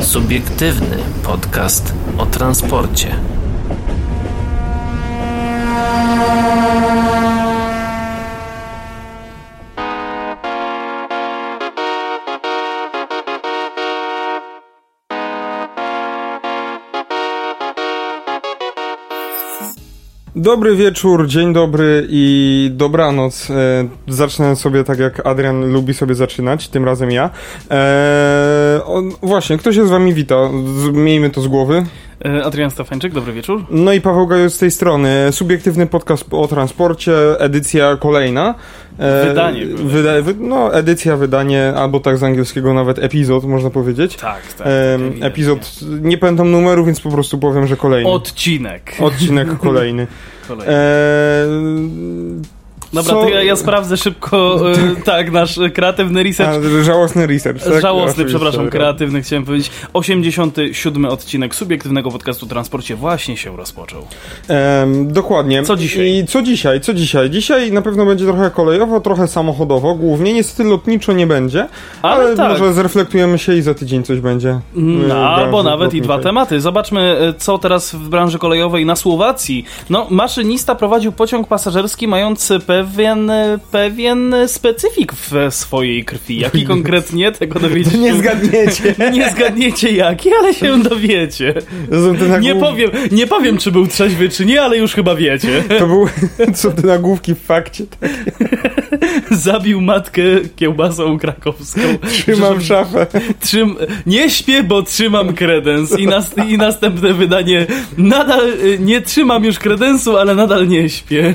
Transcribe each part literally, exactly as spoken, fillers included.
Subiektywny podcast o transporcie. Dobry wieczór, dzień dobry i dobranoc. E, zacznę sobie tak, jak Adrian lubi sobie zaczynać, tym razem ja. E, o, właśnie, kto się z wami wita? Z, miejmy to z głowy. Adrian Stefańczyk, dobry wieczór. No i Paweł Gajos z tej strony. Subiektywny podcast o transporcie, edycja kolejna. E, wydanie. Wyda, wy, no, edycja, wydanie, albo tak z angielskiego nawet epizod, można powiedzieć. Tak, tak. E, tak epizod, nie pamiętam numeru, więc po prostu powiem, że kolejny. Odcinek. Odcinek kolejny. kolejny. E, Dobra, Co? to ja, ja sprawdzę szybko, e, tak, nasz kreatywny research. A, żałosny research, tak? Żałosny, przepraszam, kreatywny, chciałem powiedzieć. osiemdziesiąty siódmy odcinek subiektywnego podcastu o transporcie właśnie się rozpoczął. Ehm, dokładnie. Co dzisiaj? I co dzisiaj? Co dzisiaj? Dzisiaj na pewno będzie trochę kolejowo, trochę samochodowo, głównie. Niestety lotniczo nie będzie, ale, ale tak. Może zreflektujemy się i za tydzień coś będzie. No, albo nawet lotniczej. I dwa tematy. Zobaczmy, co teraz w branży kolejowej na Słowacji. No, maszynista prowadził pociąg pasażerski mający pewien, pewien specyfik w swojej krwi. Jaki konkretnie? Tego dowiedzieć nie zgadniecie. Nie zgadniecie jaki, ale się dowiecie. Nie powiem, nie powiem, czy był trzeźwy, czy nie, ale już chyba wiecie. To był, co te nagłówki w fakcie takie. Zabił matkę kiełbasą krakowską. Trzymam szafę. Trzym, nie śpię, bo trzymam kredens. I, nas, I następne wydanie. Nadal nie trzymam już kredensu, ale nadal nie śpię.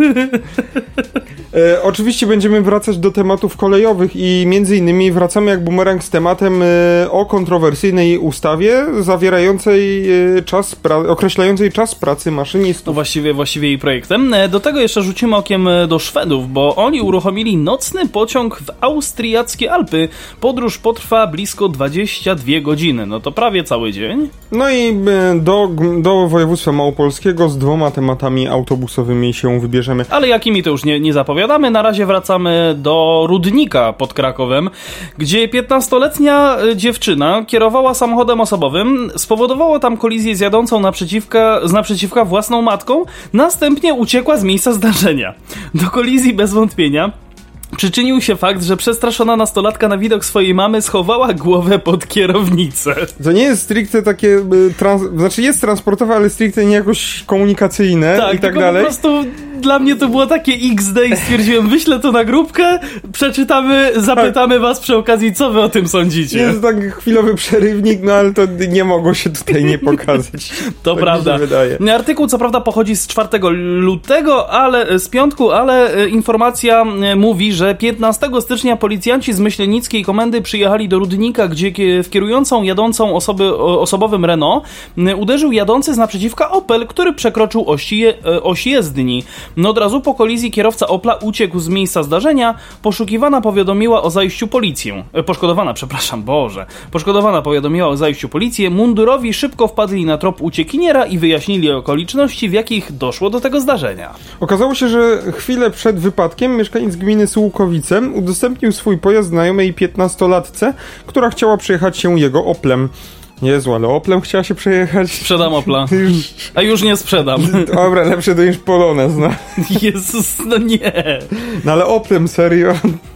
E, oczywiście będziemy wracać do tematów kolejowych i między innymi wracamy jak bumerang z tematem e, o kontrowersyjnej ustawie zawierającej e, czas, pra- określającej czas pracy maszynistów. No właściwie, właściwie jej projektem. Do tego jeszcze rzucimy okiem do Szwedów, bo oni uruchomili nocny pociąg w austriackie Alpy. Podróż potrwa blisko dwadzieścia dwie godziny. No to prawie cały dzień. No i e, do, do województwa małopolskiego z dwoma tematami autobusowymi się wybierzemy. Ale jakimi to już nie, nie zapowiadamy. Na razie wracamy do Rudnika pod Krakowem, gdzie piętnastoletnia dziewczyna kierowała samochodem osobowym, spowodowała tam kolizję z jadącą naprzeciwka, z naprzeciwka własną matką, następnie uciekła z miejsca zdarzenia. Do kolizji bez wątpienia przyczynił się fakt, że przestraszona nastolatka na widok swojej mamy schowała głowę pod kierownicę. To nie jest stricte takie, trans- znaczy jest transportowe, ale stricte nie jakoś komunikacyjne tak, i tak tylko dalej. Po prostu dla mnie to było takie iks de i stwierdziłem, wyślę to na grupkę, przeczytamy, zapytamy was przy okazji, co wy o tym sądzicie. Jest tak chwilowy przerywnik, no ale to nie mogło się tutaj nie pokazać. To tak prawda. Mi się wydaje. Artykuł co prawda pochodzi z czwartego lutego, ale z piątku, ale informacja mówi, że piętnastego stycznia policjanci z Myślenickiej Komendy przyjechali do Rudnika, gdzie w kierującą jadącą osoby, osobowym Renault uderzył jadący z naprzeciwka Opel, który przekroczył oś, je, oś jezdni. No od razu po kolizji kierowca Opla uciekł z miejsca zdarzenia. Poszukiwana powiadomiła o zajściu policję. Poszkodowana, przepraszam, Boże. Poszkodowana powiadomiła o zajściu policję. Mundurowi szybko wpadli na trop uciekiniera i wyjaśnili okoliczności, w jakich doszło do tego zdarzenia. Okazało się, że chwilę przed wypadkiem mieszkaniec gminy Sułkowice udostępnił swój pojazd znajomej piętnastolatce, która chciała przejechać się jego Oplem. Jezu, ale Oplem chciała się przejechać. Sprzedam Opla. Już... A już nie sprzedam. Dobra, lepsze to niż Polonez, no. Jezus, no nie. No ale Oplem, serio.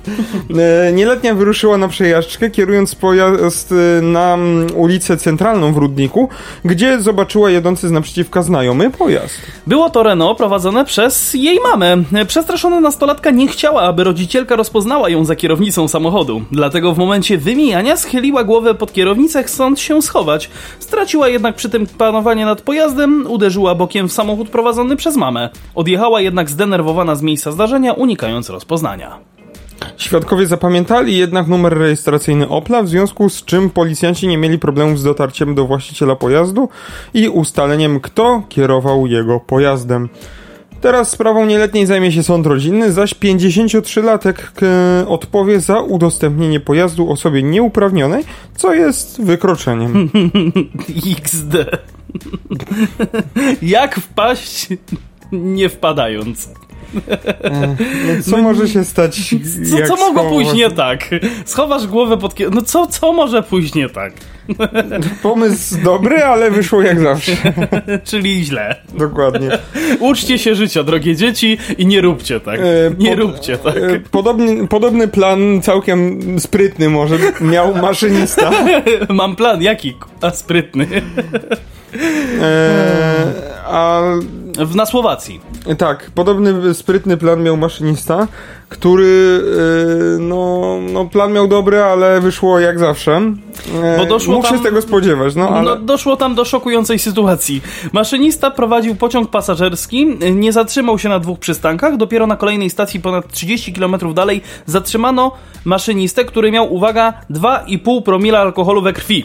Nieletnia wyruszyła na przejażdżkę, kierując pojazd na ulicę Centralną w Rudniku, gdzie zobaczyła jadący z naprzeciwka znajomy pojazd. Było to Renault prowadzone przez jej mamę. Przestraszona nastolatka nie chciała, aby rodzicielka rozpoznała ją za kierownicą samochodu. Dlatego w momencie wymijania schyliła głowę pod kierownicę, chcąc się schować. Straciła jednak przy tym panowanie nad pojazdem, uderzyła bokiem w samochód prowadzony przez mamę. Odjechała jednak zdenerwowana z miejsca zdarzenia, unikając rozpoznania. Świadkowie zapamiętali jednak numer rejestracyjny Opla, w związku z czym policjanci nie mieli problemów z dotarciem do właściciela pojazdu i ustaleniem, kto kierował jego pojazdem. Teraz sprawą nieletniej zajmie się sąd rodzinny, zaś pięćdziesięciotrzylatek odpowie za udostępnienie pojazdu osobie nieuprawnionej, co jest wykroczeniem. iks de. Jak wpaść, nie wpadając? No co może się stać? Co, co mogło pójść nie tak? Schowasz głowę pod... No co, co może pójść nie tak? Pomysł dobry, ale wyszło jak zawsze. Czyli źle. Dokładnie. Uczcie się życia, drogie dzieci, i nie róbcie tak. Nie Pod, róbcie tak. Podobny, podobny plan, całkiem sprytny może, miał maszynista. Mam plan, jaki? A sprytny. Eee, a... W, na Słowacji. Tak, podobny sprytny plan miał maszynista, który yy, no, no plan miał dobry, ale wyszło jak zawsze. Yy, Bo doszło mógł tam, się z tego spodziewać, no, ale... no doszło tam do szokującej sytuacji. Maszynista prowadził pociąg pasażerski, nie zatrzymał się na dwóch przystankach, dopiero na kolejnej stacji ponad trzydzieści kilometrów dalej zatrzymano maszynistę, który miał, uwaga, dwa i pół promila alkoholu we krwi.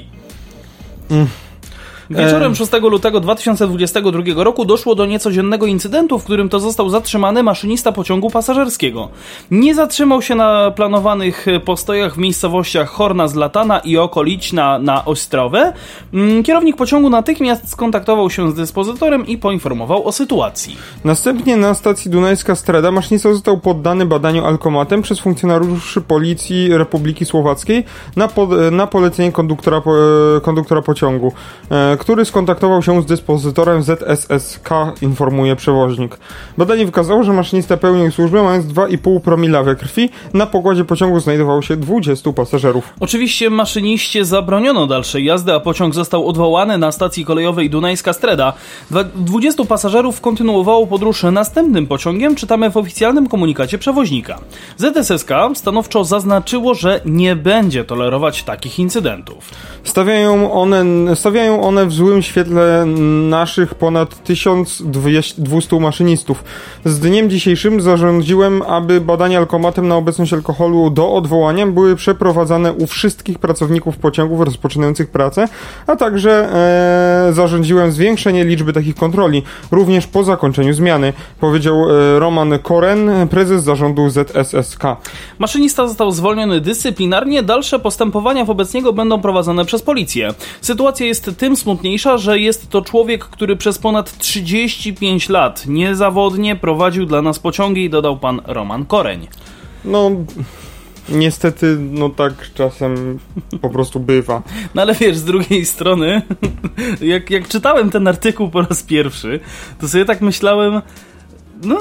Mm. Wieczorem szóstego lutego dwa tysiące dwudziestego drugiego roku doszło do niecodziennego incydentu, w którym to został zatrzymany maszynista pociągu pasażerskiego. Nie zatrzymał się na planowanych postojach w miejscowościach Horna Zlatana i okoliczna na Ostrowę. Kierownik pociągu natychmiast skontaktował się z dyspozytorem i poinformował o sytuacji. Następnie na stacji Dunajska Streda maszynista został poddany badaniu alkomatem przez funkcjonariuszy Policji Republiki Słowackiej na, po, na polecenie konduktora, konduktora pociągu, który skontaktował się z dyspozytorem Z S S K, informuje przewoźnik. Badanie wykazało, że maszynista pełnił służbę mając dwa i pół promila we krwi. Na pokładzie pociągu znajdowało się dwudziestu pasażerów. Oczywiście maszyniście zabroniono dalszej jazdy, a pociąg został odwołany na stacji kolejowej Dunajska Streda. dwudziestu pasażerów kontynuowało podróż następnym pociągiem, czytamy w oficjalnym komunikacie przewoźnika. Z S S K stanowczo zaznaczyło, że nie będzie tolerować takich incydentów. Stawiają one, stawiają one w złym świetle naszych ponad tysiąc dwieście maszynistów. Z dniem dzisiejszym zarządziłem, aby badania alkomatem na obecność alkoholu do odwołania były przeprowadzane u wszystkich pracowników pociągów rozpoczynających pracę, a także e, zarządziłem zwiększenie liczby takich kontroli, również po zakończeniu zmiany, powiedział e, Roman Koren, prezes zarządu Z S S K. Maszynista został zwolniony dyscyplinarnie, dalsze postępowania wobec niego będą prowadzone przez policję. Sytuacja jest tym smutniejsza, że jest to człowiek, który przez ponad trzydzieści pięć lat niezawodnie prowadził dla nas pociągi, dodał pan Roman Koreń. No, niestety, no tak czasem po prostu bywa. No ale wiesz, z drugiej strony, jak, jak czytałem ten artykuł po raz pierwszy, to sobie tak myślałem, no...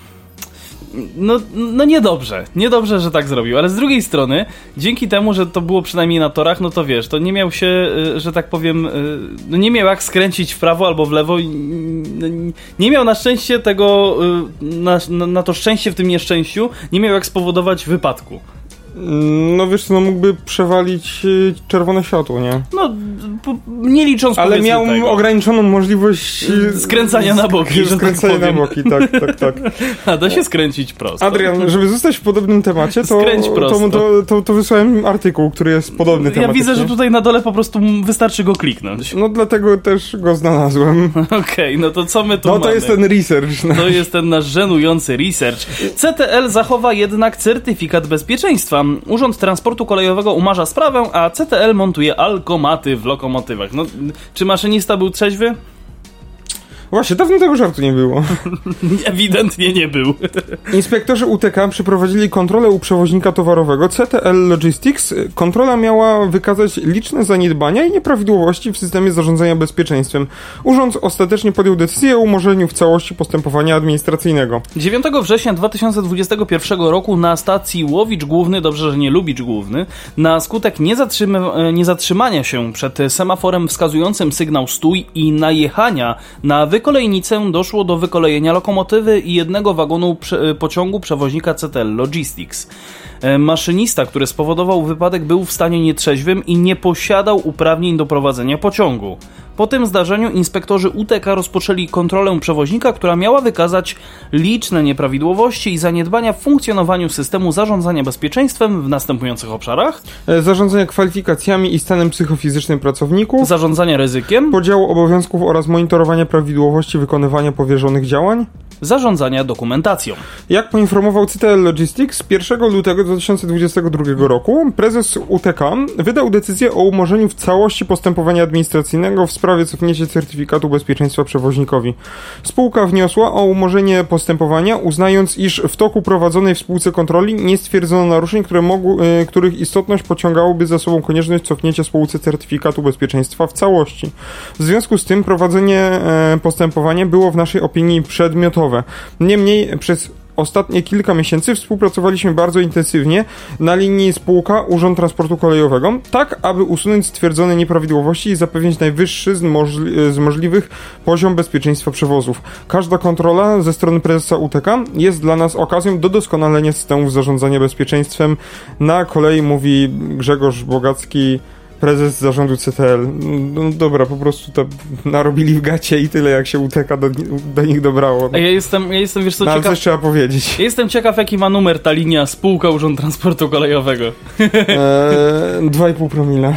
No, no niedobrze, niedobrze, że tak zrobił, ale z drugiej strony, dzięki temu, że to było przynajmniej na torach, no to wiesz, to nie miał się, że tak powiem, no nie miał jak skręcić w prawo albo w lewo, nie miał na szczęście tego, na, na to szczęście w tym nieszczęściu, nie miał jak spowodować wypadku. No wiesz, no mógłby przewalić czerwone światło, nie? No, po, nie licząc ale miał tego. ograniczoną możliwość skręcania na boki, że skręcania tak powiem. na boki, tak, tak, tak. A da się skręcić prosto. Adrian, żeby zostać w podobnym temacie, to, to, to, to, to wysłałem artykuł, który jest podobny tematycznie. Ja widzę, że tutaj na dole po prostu wystarczy go kliknąć. No dlatego też go znalazłem. Okej, okay, no to co my tu no, mamy? No to jest ten research. No. To jest ten nasz żenujący research. C T L zachowa jednak certyfikat bezpieczeństwa. Urząd Transportu Kolejowego umarza sprawę, a C T L montuje alkomaty w lokomotywach. No, czy maszynista był trzeźwy? Właśnie, dawno tego żartu nie było. Ewidentnie nie był. Inspektorzy U T K przeprowadzili kontrolę u przewoźnika towarowego C T L Logistics. Kontrola miała wykazać liczne zaniedbania i nieprawidłowości w systemie zarządzania bezpieczeństwem. Urząd ostatecznie podjął decyzję o umorzeniu w całości postępowania administracyjnego. dziewiątego września dwa tysiące dwudziestego pierwszego roku na stacji Łowicz Główny, dobrze, że nie Lubicz Główny, na skutek niezatrzyma- niezatrzymania się przed semaforem wskazującym sygnał stój i najechania na wy kolejnicę doszło do wykolejenia lokomotywy i jednego wagonu prze- pociągu przewoźnika C T L Logistics. E, maszynista, który spowodował wypadek, był w stanie nietrzeźwym i nie posiadał uprawnień do prowadzenia pociągu. Po tym zdarzeniu inspektorzy U T K rozpoczęli kontrolę przewoźnika, która miała wykazać liczne nieprawidłowości i zaniedbania w funkcjonowaniu systemu zarządzania bezpieczeństwem w następujących obszarach: zarządzania kwalifikacjami i stanem psychofizycznym pracowników, zarządzania ryzykiem, podziału obowiązków oraz monitorowania prawidłowości wykonywania powierzonych działań, zarządzania dokumentacją. Jak poinformował C T L Logistics, pierwszego lutego dwa tysiące dwudziestego drugiego roku prezes U T K wydał decyzję o umorzeniu w całości postępowania administracyjnego w sprawie cofnięcia certyfikatu bezpieczeństwa przewoźnikowi. Spółka wniosła o umorzenie postępowania, uznając, iż w toku prowadzonej w spółce kontroli nie stwierdzono naruszeń, które mogły, y, których istotność pociągałoby za sobą konieczność cofnięcia spółce certyfikatu bezpieczeństwa w całości. W związku z tym prowadzenie y, postępowania było w naszej opinii przedmiotowe. Niemniej przez ostatnie kilka miesięcy współpracowaliśmy bardzo intensywnie na linii spółka Urząd Transportu Kolejowego, tak aby usunąć stwierdzone nieprawidłowości i zapewnić najwyższy z, możli- z możliwych poziom bezpieczeństwa przewozów. Każda kontrola ze strony prezesa U T K jest dla nas okazją do doskonalenia systemów zarządzania bezpieczeństwem. Na kolei mówi Grzegorz Bogacki, prezes zarządu C T L. No dobra, po prostu to narobili w gacie i tyle, jak się U T K do, do nich dobrało. A ja jestem, ja jestem, wiesz co, no, ciekaw... coś trzeba powiedzieć. Ja jestem ciekaw, jaki ma numer ta linia spółka Urząd Transportu Kolejowego. Eee, dwa i pół promila.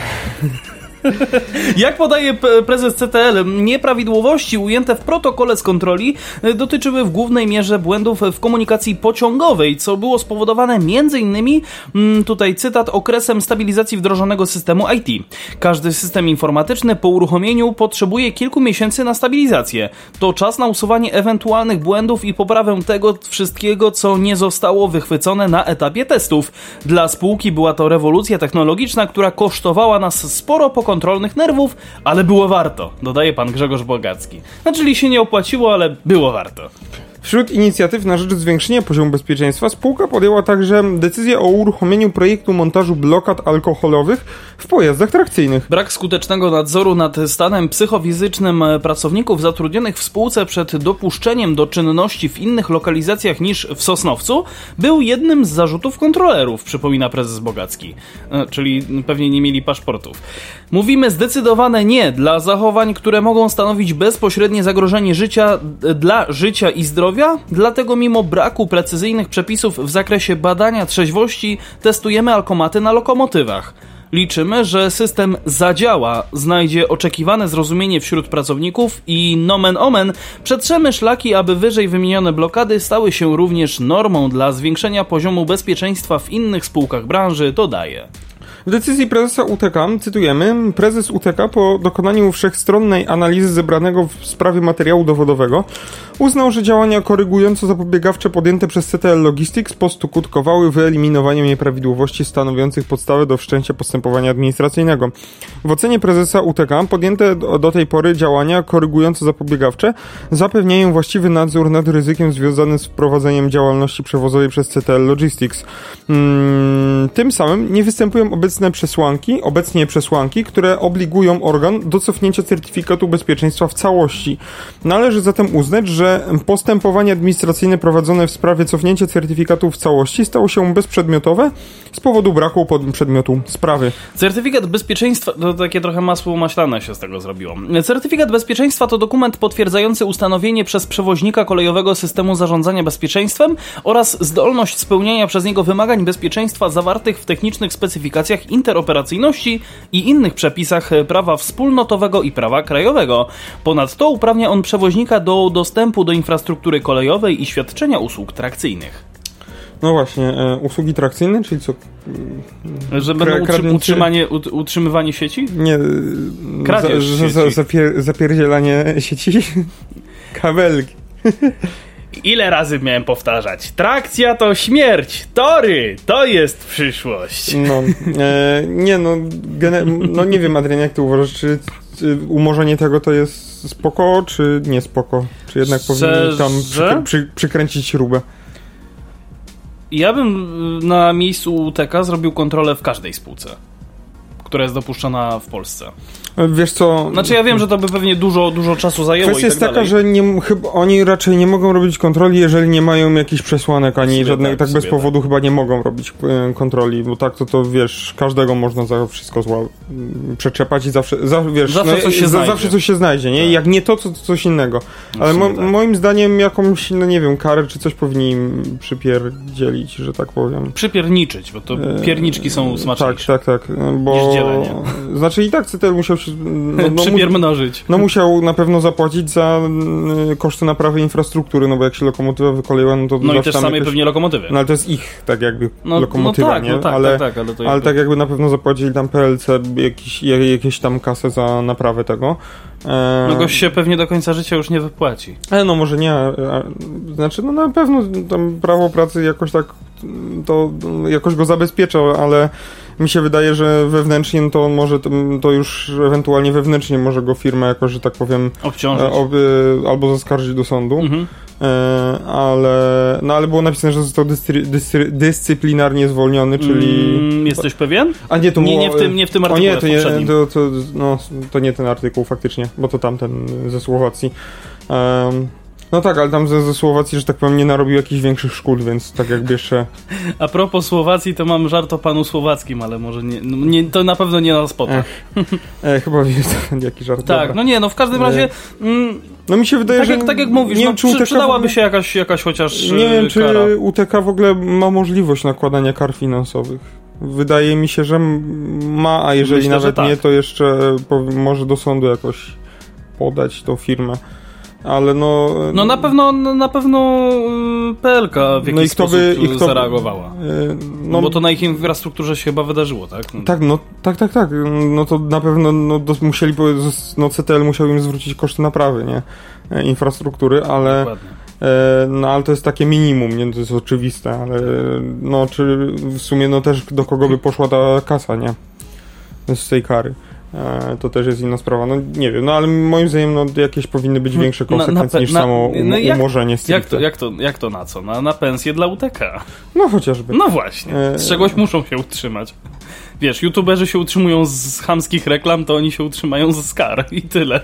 Jak podaje prezes C T L, nieprawidłowości ujęte w protokole z kontroli dotyczyły w głównej mierze błędów w komunikacji pociągowej, co było spowodowane między innymi, tutaj cytat, okresem stabilizacji wdrożonego systemu I T. Każdy system informatyczny po uruchomieniu potrzebuje kilku miesięcy na stabilizację. To czas na usuwanie ewentualnych błędów i poprawę tego wszystkiego, co nie zostało wychwycone na etapie testów. Dla spółki była to rewolucja technologiczna, która kosztowała nas sporo pokonania kontrolnych nerwów, ale było warto, dodaje pan Grzegorz Bogacki. No, czyli się nie opłaciło, ale było warto. Wśród inicjatyw na rzecz zwiększenia poziomu bezpieczeństwa spółka podjęła także decyzję o uruchomieniu projektu montażu blokad alkoholowych w pojazdach trakcyjnych. Brak skutecznego nadzoru nad stanem psychofizycznym pracowników zatrudnionych w spółce przed dopuszczeniem do czynności w innych lokalizacjach niż w Sosnowcu był jednym z zarzutów kontrolerów, przypomina prezes Bogacki. E, czyli pewnie nie mieli paszportów. Mówimy zdecydowane nie dla zachowań, które mogą stanowić bezpośrednie zagrożenie życia dla życia i zdrowia. Dlatego mimo braku precyzyjnych przepisów w zakresie badania trzeźwości testujemy alkomaty na lokomotywach. Liczymy, że system zadziała, znajdzie oczekiwane zrozumienie wśród pracowników i nomen omen przetrzemy szlaki, aby wyżej wymienione blokady stały się również normą dla zwiększenia poziomu bezpieczeństwa w innych spółkach branży, dodaje. W decyzji prezesa U T K, cytujemy, prezes U T K po dokonaniu wszechstronnej analizy zebranego w sprawie materiału dowodowego uznał, że działania korygująco-zapobiegawcze podjęte przez C T L Logistics poskutkowały wyeliminowaniem nieprawidłowości stanowiących podstawę do wszczęcia postępowania administracyjnego. W ocenie prezesa U T K podjęte do, do tej pory działania korygująco-zapobiegawcze zapewniają właściwy nadzór nad ryzykiem związanym z prowadzeniem działalności przewozowej przez C T L Logistics. Hmm, tym samym nie występują obecnie przesłanki, obecnie przesłanki, które obligują organ do cofnięcia certyfikatu bezpieczeństwa w całości. Należy zatem uznać, że postępowanie administracyjne prowadzone w sprawie cofnięcia certyfikatu w całości stało się bezprzedmiotowe z powodu braku przedmiotu sprawy. Certyfikat bezpieczeństwa, to takie trochę masło maślane się z tego zrobiło. Certyfikat bezpieczeństwa to dokument potwierdzający ustanowienie przez przewoźnika kolejowego systemu zarządzania bezpieczeństwem oraz zdolność spełniania przez niego wymagań bezpieczeństwa zawartych w technicznych specyfikacjach interoperacyjności i innych przepisach prawa wspólnotowego i prawa krajowego. Ponadto uprawnia on przewoźnika do dostępu do infrastruktury kolejowej i świadczenia usług trakcyjnych. No właśnie, e, usługi trakcyjne, czyli co? Że będą utrzy- utrzymanie, ut- utrzymywanie sieci? Nie, Kradzież za, sieci. za, zapier- zapierdzielanie sieci? Kabelki. Ile razy miałem powtarzać? Trakcja to śmierć, tory to jest przyszłość. No, e, nie no, gene- no nie wiem, Adrian, jak ty uważasz, czy, czy umorzenie tego to jest spoko, czy nie spoko? Czy jednak powinni tam przy, przy, przykręcić śrubę? Ja bym na miejscu U T K zrobił kontrolę w każdej spółce, która jest dopuszczana w Polsce. Wiesz co... Znaczy ja wiem, że to by pewnie dużo, dużo czasu zajęło. Kwestia i tak jest taka, dalej. że nie, chyba oni raczej nie mogą robić kontroli, jeżeli nie mają jakichś przesłanek, ani żadnych, tak, tak bez powodu tak. chyba nie mogą robić y, kontroli, bo tak to to wiesz, każdego można za wszystko zła y, przeczepać i zawsze, za, wiesz, zawsze, no, coś się za, zawsze coś się znajdzie, nie? Tak. Jak nie to, to, to coś innego. No ale mo, tak. moim zdaniem jakąś, no nie wiem, karę czy coś powinni im przypierdzielić, że tak powiem. Przypierniczyć, bo to pierniczki są smaczniejsze. Tak, tak, tak, bo podzielenie. Znaczy i tak C T L musiał się... No, no, Przypiermnożyć. No musiał na pewno zapłacić za y, koszty naprawy infrastruktury, no bo jak się lokomotywa wykoleiła, no to... No i też samej jakoś... pewnie lokomotywy. No ale to jest ich, tak jakby, no, lokomotywa, no tak, nie? No tak, ale, tak, tak, ale, to ale jakby... tak jakby na pewno zapłacili tam P L C jakiś, jakieś tam kasę za naprawę tego. E... No gość się pewnie do końca życia już nie wypłaci. E, no może nie, a, a, znaczy no na pewno tam prawo pracy jakoś tak to jakoś go zabezpiecza, ale mi się wydaje, że wewnętrznie no to może to już ewentualnie wewnętrznie może go firma jakoś, że tak powiem, obciążyć. Ob, albo zaskarżyć do sądu. Mhm. E, ale no ale było napisane, że został dystry, dystry, dyscyplinarnie zwolniony, czyli... Mm, jesteś pewien? A nie, to nie, było... nie, w tym, nie w tym artykule, o nie, to, nie, w to, to, no, to nie ten artykuł faktycznie, bo to tamten ze Słowacji. Um, no tak, ale tam ze, ze Słowacji, że tak powiem, nie narobił jakichś większych szkód, więc tak jakby jeszcze... A propos Słowacji, to mam żart o panu Słowackim, ale może nie, nie to na pewno nie na spotach. E, chyba jest jaki żart. Tak, dobra. no nie, no w każdym razie... Mm, no mi się wydaje, tak że... Jak, tak jak mówisz, nie no, wiem, czy przy, przydałaby ogóle... się jakaś, jakaś chociaż Nie wiem, czy kara. U T K w ogóle ma możliwość nakładania kar finansowych. Wydaje mi się, że ma, a jeżeli Myślę, nawet tak. nie, to jeszcze może do sądu jakoś podać tą firmę. Ale no... No na pewno na pewno P L K w jakiś no i kto sposób by, i kto zareagowała. Yy, no, no bo to na ich infrastrukturze się chyba wydarzyło, tak? Tak, no tak, tak, tak. No to na pewno no, do, musieli, no C T L musiał im zwrócić koszty naprawy, nie? E, infrastruktury, ale... Dokładnie. E, no ale to jest takie minimum, nie? To jest oczywiste, ale no czy w sumie no też do kogo by poszła ta kasa, nie? Z tej kary. To też jest inna sprawa. No nie wiem, no ale moim zdaniem no, jakieś powinny być większe konsekwencje niż na, samo um, no jak, umorzenie jak to, jak, to, jak to na co? Na, na pensję dla U T K. No chociażby. No właśnie. Z czegoś muszą się utrzymać. Wiesz, youtuberzy się utrzymują z chamskich reklam, to oni się utrzymają z kar i tyle.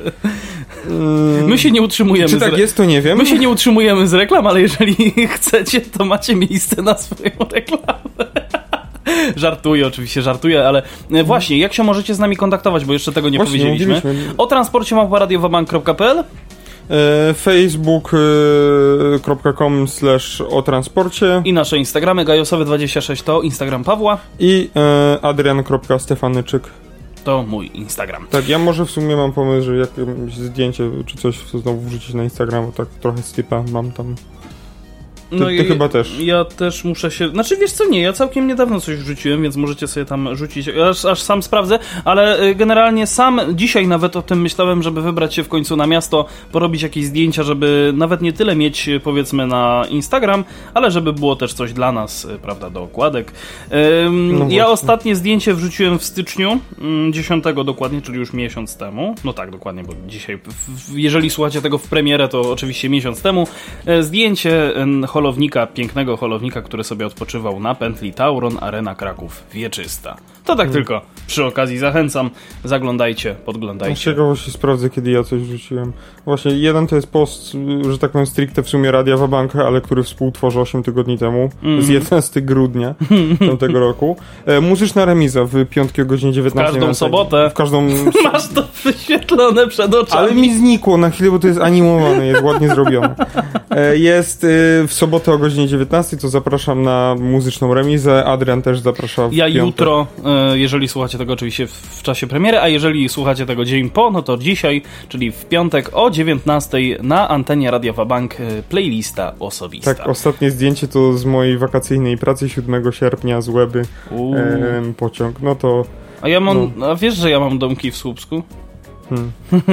My się nie utrzymujemy Czy tak z re... jest, to nie wiem. My się nie utrzymujemy z reklam, ale jeżeli chcecie, to macie miejsce na swoją reklamę. Żartuję, oczywiście żartuję, ale właśnie, jak się możecie z nami kontaktować, bo jeszcze tego nie właśnie, powiedzieliśmy. Mówiliśmy. O transporcie małpa radiowabank kropka p l e, facebook kropka com slash o transporcie i nasze Instagramy gajosowy dwadzieścia sześć to Instagram Pawła i e, adrian kropka stefanyczyk to mój Instagram. Tak, ja może w sumie mam pomysł, że jakieś zdjęcie czy coś znowu wrzucić na Instagram, tak trochę stypa mam tam. Ty, no ty i chyba też. Ja też muszę się... Znaczy wiesz co, nie, ja całkiem niedawno coś wrzuciłem, więc możecie sobie tam rzucić, aż, aż sam sprawdzę, ale generalnie sam dzisiaj nawet o tym myślałem, żeby wybrać się w końcu na miasto, porobić jakieś zdjęcia, żeby nawet nie tyle mieć powiedzmy na Instagram, ale żeby było też coś dla nas, prawda, do okładek. Ym, no ja ostatnie zdjęcie wrzuciłem w styczniu, dziesiątego dokładnie, czyli już miesiąc temu. No tak, dokładnie, bo dzisiaj, w, jeżeli słuchacie tego w premierę, to oczywiście miesiąc temu. Zdjęcie holownika, pięknego holownika, który sobie odpoczywał na pętli Tauron, Arena Kraków Wieczysta. To tak hmm. tylko przy okazji zachęcam, zaglądajcie, podglądajcie. Z ciekawości sprawdzę, kiedy ja coś rzuciłem. Właśnie jeden to jest post, że tak powiem stricte w sumie Radia Wabank, ale który współtworzę osiem tygodni temu, mm. z jedenastego grudnia tamtego roku. E, muzyczna remiza w piątki o godzinie dziewiętnastej. W każdą sobotę. W każdą... Masz to wyświetlone przed oczami. Ale mi znikło na chwilę, bo to jest animowane, jest ładnie zrobione. E, jest e, w sobotę o godzinie dziewiętnastej, to zapraszam na muzyczną remizę. Adrian też zaprasza w Ja piątek. jutro, jeżeli słuchacie tego oczywiście w czasie premiery, a jeżeli słuchacie tego dzień po, no to dzisiaj, czyli w piątek o dziewiętnastej na antenie Radia Wabank playlista osobista. Tak, ostatnie zdjęcie to z mojej wakacyjnej pracy siódmego sierpnia z Łeby e, pociąg. No to... A ja mam, no. a wiesz, że ja mam domki w Słupsku? Hmm.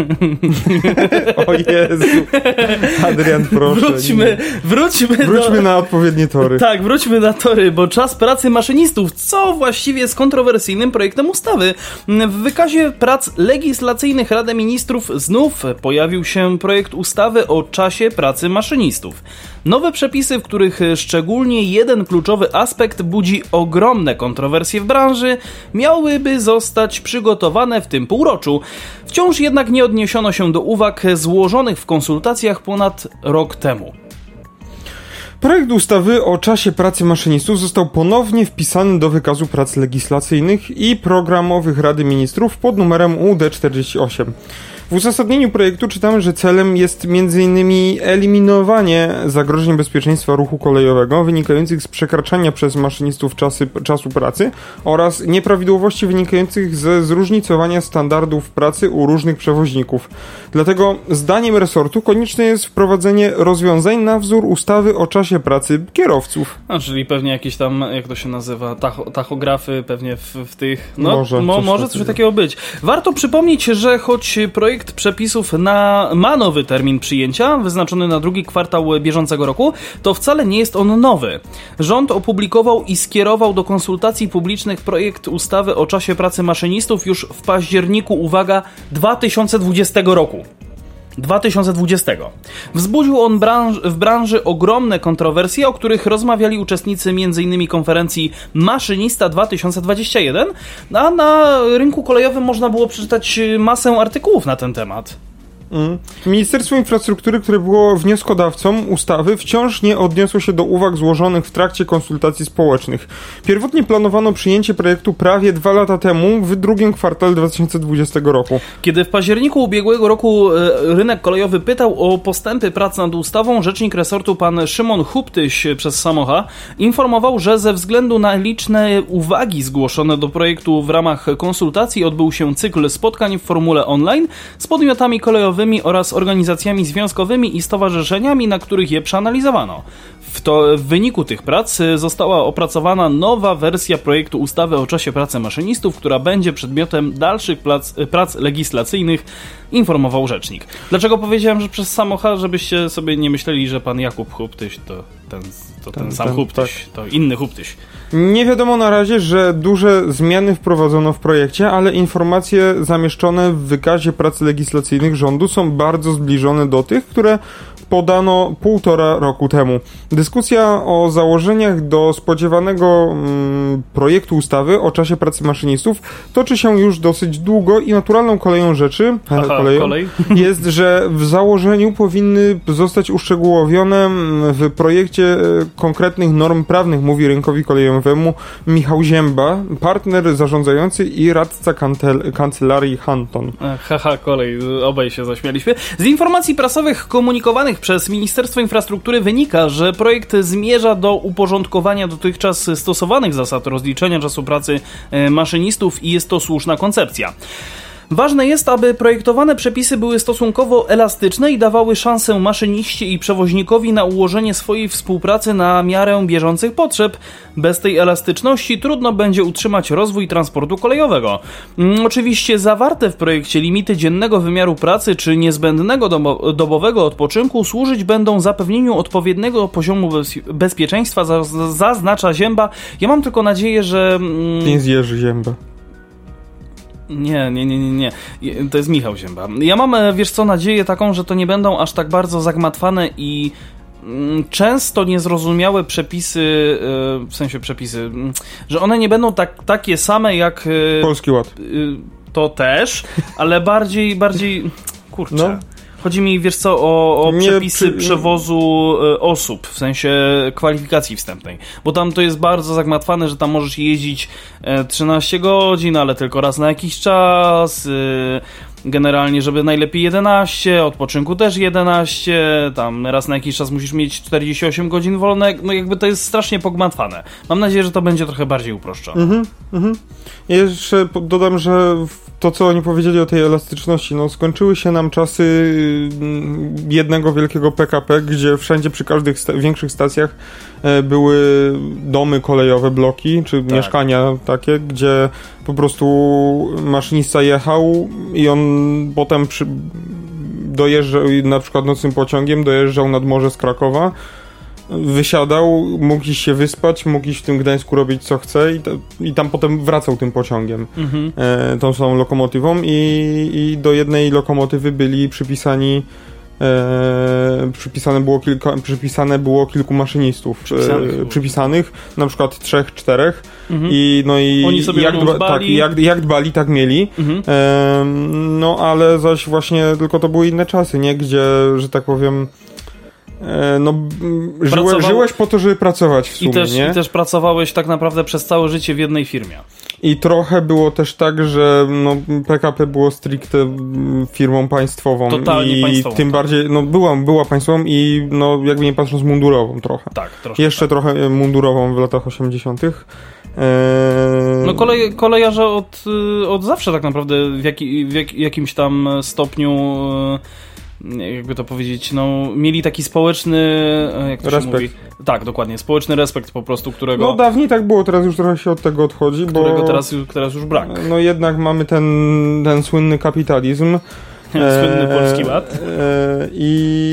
O Jezu, Adrian, proszę. Wróćmy, wróćmy, wróćmy do... na odpowiednie tory. Tak, wróćmy na tory, bo czas pracy maszynistów, co właściwie jest kontrowersyjnym projektem ustawy. W wykazie prac legislacyjnych Rady Ministrów znów pojawił się projekt ustawy o czasie pracy maszynistów. Nowe przepisy, w których szczególnie jeden kluczowy aspekt budzi ogromne kontrowersje w branży, miałyby zostać przygotowane w tym półroczu. Wciąż jednak nie odniesiono się do uwag złożonych w konsultacjach ponad rok temu. Projekt ustawy o czasie pracy maszynistów został ponownie wpisany do wykazu prac legislacyjnych i programowych Rady Ministrów pod numerem U D czterdzieści osiem. W uzasadnieniu projektu czytamy, że celem jest między innymi eliminowanie zagrożeń bezpieczeństwa ruchu kolejowego wynikających z przekraczania przez maszynistów czasy, czasu pracy oraz nieprawidłowości wynikających ze zróżnicowania standardów pracy u różnych przewoźników. Dlatego zdaniem resortu konieczne jest wprowadzenie rozwiązań na wzór ustawy o czasie pracy kierowców. A, czyli pewnie jakieś tam, jak to się nazywa, tacho, tachografy pewnie w, w tych... No, może mo, coś, może coś takiego być. Warto przypomnieć, że choć projekt Projekt przepisów na, ma nowy termin przyjęcia, wyznaczony na drugi kwartał bieżącego roku, to wcale nie jest on nowy. Rząd opublikował i skierował do konsultacji publicznych projekt ustawy o czasie pracy maszynistów już w październiku, uwaga, dwa tysiące dwudziestego roku. dwa tysiące dwudziestego. Wzbudził on branż, w branży ogromne kontrowersje, o których rozmawiali uczestnicy między innymi konferencji Maszynista dwa tysiące dwudziesty pierwszy, a na rynku kolejowym można było przeczytać masę artykułów na ten temat. Mm. Ministerstwo Infrastruktury, które było wnioskodawcą ustawy, wciąż nie odniosło się do uwag złożonych w trakcie konsultacji społecznych. Pierwotnie planowano przyjęcie projektu prawie dwa lata temu, w drugim kwartale dwa tysiące dwudziestego roku. Kiedy w październiku ubiegłego roku rynek kolejowy pytał o postępy prac nad ustawą, rzecznik resortu pan Szymon Huptyś przez Samocha informował, że ze względu na liczne uwagi zgłoszone do projektu w ramach konsultacji odbył się cykl spotkań w formule online z podmiotami kolejowymi oraz organizacjami związkowymi i stowarzyszeniami, na których je przeanalizowano. W, to, w wyniku tych prac została opracowana nowa wersja projektu ustawy o czasie pracy maszynistów, która będzie przedmiotem dalszych prac, prac legislacyjnych, informował rzecznik. Dlaczego powiedziałem, że przez Samocha, żebyście sobie nie myśleli, że pan Jakub Huptyś to ten, to ten, ten sam ten, Huptyś, tak. To inny Huptyś. Nie wiadomo na razie, że duże zmiany wprowadzono w projekcie, ale informacje zamieszczone w wykazie prac legislacyjnych rządu są bardzo zbliżone do tych, które podano półtora roku temu. Dyskusja o założeniach do spodziewanego mm, projektu ustawy o czasie pracy maszynistów toczy się już dosyć długo i naturalną koleją rzeczy Aha, koleją, kolej. jest, że w założeniu powinny zostać uszczegółowione w projekcie konkretnych norm prawnych, mówi rynkowi kolejowemu Michał Zięba, partner zarządzający i radca kantel- kancelarii Hanton. Haha, kolej, obaj się zaśmialiśmy. Z informacji prasowych komunikowanych przez Ministerstwo Infrastruktury wynika, że projekt zmierza do uporządkowania dotychczas stosowanych zasad rozliczenia czasu pracy maszynistów i jest to słuszna koncepcja. Ważne jest, aby projektowane przepisy były stosunkowo elastyczne i dawały szansę maszyniście i przewoźnikowi na ułożenie swojej współpracy na miarę bieżących potrzeb. Bez tej elastyczności trudno będzie utrzymać rozwój transportu kolejowego. Oczywiście zawarte w projekcie limity dziennego wymiaru pracy czy niezbędnego dobo- dobowego odpoczynku służyć będą zapewnieniu odpowiedniego poziomu bez- bezpieczeństwa, zaznacza Zięba. Ja mam tylko nadzieję, że... Mm... Nie jest Jerzy Zięba. Nie, nie, nie, nie, nie. To jest Michał Zięba. Ja mam, wiesz co, nadzieję taką, że to nie będą aż tak bardzo zagmatwane i mm, często niezrozumiałe przepisy, yy, w sensie przepisy, yy, że one nie będą tak, takie same jak... Yy, Polski Ład. Yy, to też, ale bardziej, bardziej... Kurczę... No. Chodzi mi, wiesz co, o, o przepisy przy... przewozu y, osób, w sensie kwalifikacji wstępnej. Bo tam to jest bardzo zagmatwane, że tam możesz jeździć y, trzynaście godzin, ale tylko raz na jakiś czas. Y, generalnie, żeby najlepiej jedenaście, odpoczynku też jedenaście, tam raz na jakiś czas musisz mieć czterdzieści osiem godzin wolne. No jakby to jest strasznie pogmatwane. Mam nadzieję, że to będzie trochę bardziej uproszczone. Mhm, mhm. Jeszcze dodam, że to, co oni powiedzieli o tej elastyczności, no skończyły się nam czasy jednego wielkiego P K P, gdzie wszędzie przy każdych sta- większych stacjach e, były domy kolejowe, bloki, czy tak. mieszkania takie, gdzie po prostu maszynista jechał i on potem przy, dojeżdżał, na przykład nocnym pociągiem, dojeżdżał nad morze z Krakowa, wysiadał, mógł iść się wyspać, mógł iść w tym Gdańsku robić co chce i, to, i tam potem wracał tym pociągiem, mhm. e, tą samą lokomotywą i, i do jednej lokomotywy byli przypisani e, przypisane było kilka, przypisane było kilku maszynistów przypisanych, e, przypisanych na przykład trzech, czterech mhm. i no i oni sobie jak, dba, tak, jak, jak dbali, tak mieli mhm. e, no ale zaś właśnie tylko to były inne czasy, nie? Gdzie, że tak powiem no, żyłe, żyłeś po to, żeby pracować w sumie, I też, nie? I też pracowałeś tak naprawdę przez całe życie w jednej firmie. I trochę było też tak, że no, P K P było stricte firmą państwową. Totalnie i państwową. tym tak. bardziej, no była, była państwową i no jakby nie patrząc mundurową trochę. Tak, troszkę. Jeszcze tak. trochę mundurową w latach osiemdziesiątych. Eee... No kolej, kolejarze od, od zawsze tak naprawdę w, jaki, w jak, jakimś tam stopniu, jakby to powiedzieć, no mieli taki społeczny, jak to respekt. się mówi? Tak, dokładnie, społeczny respekt po prostu, którego... No dawniej tak było, teraz już trochę się od tego odchodzi, którego bo... teraz, teraz już brak. No jednak mamy ten, ten słynny kapitalizm. Słynny Polski Ład. E, i,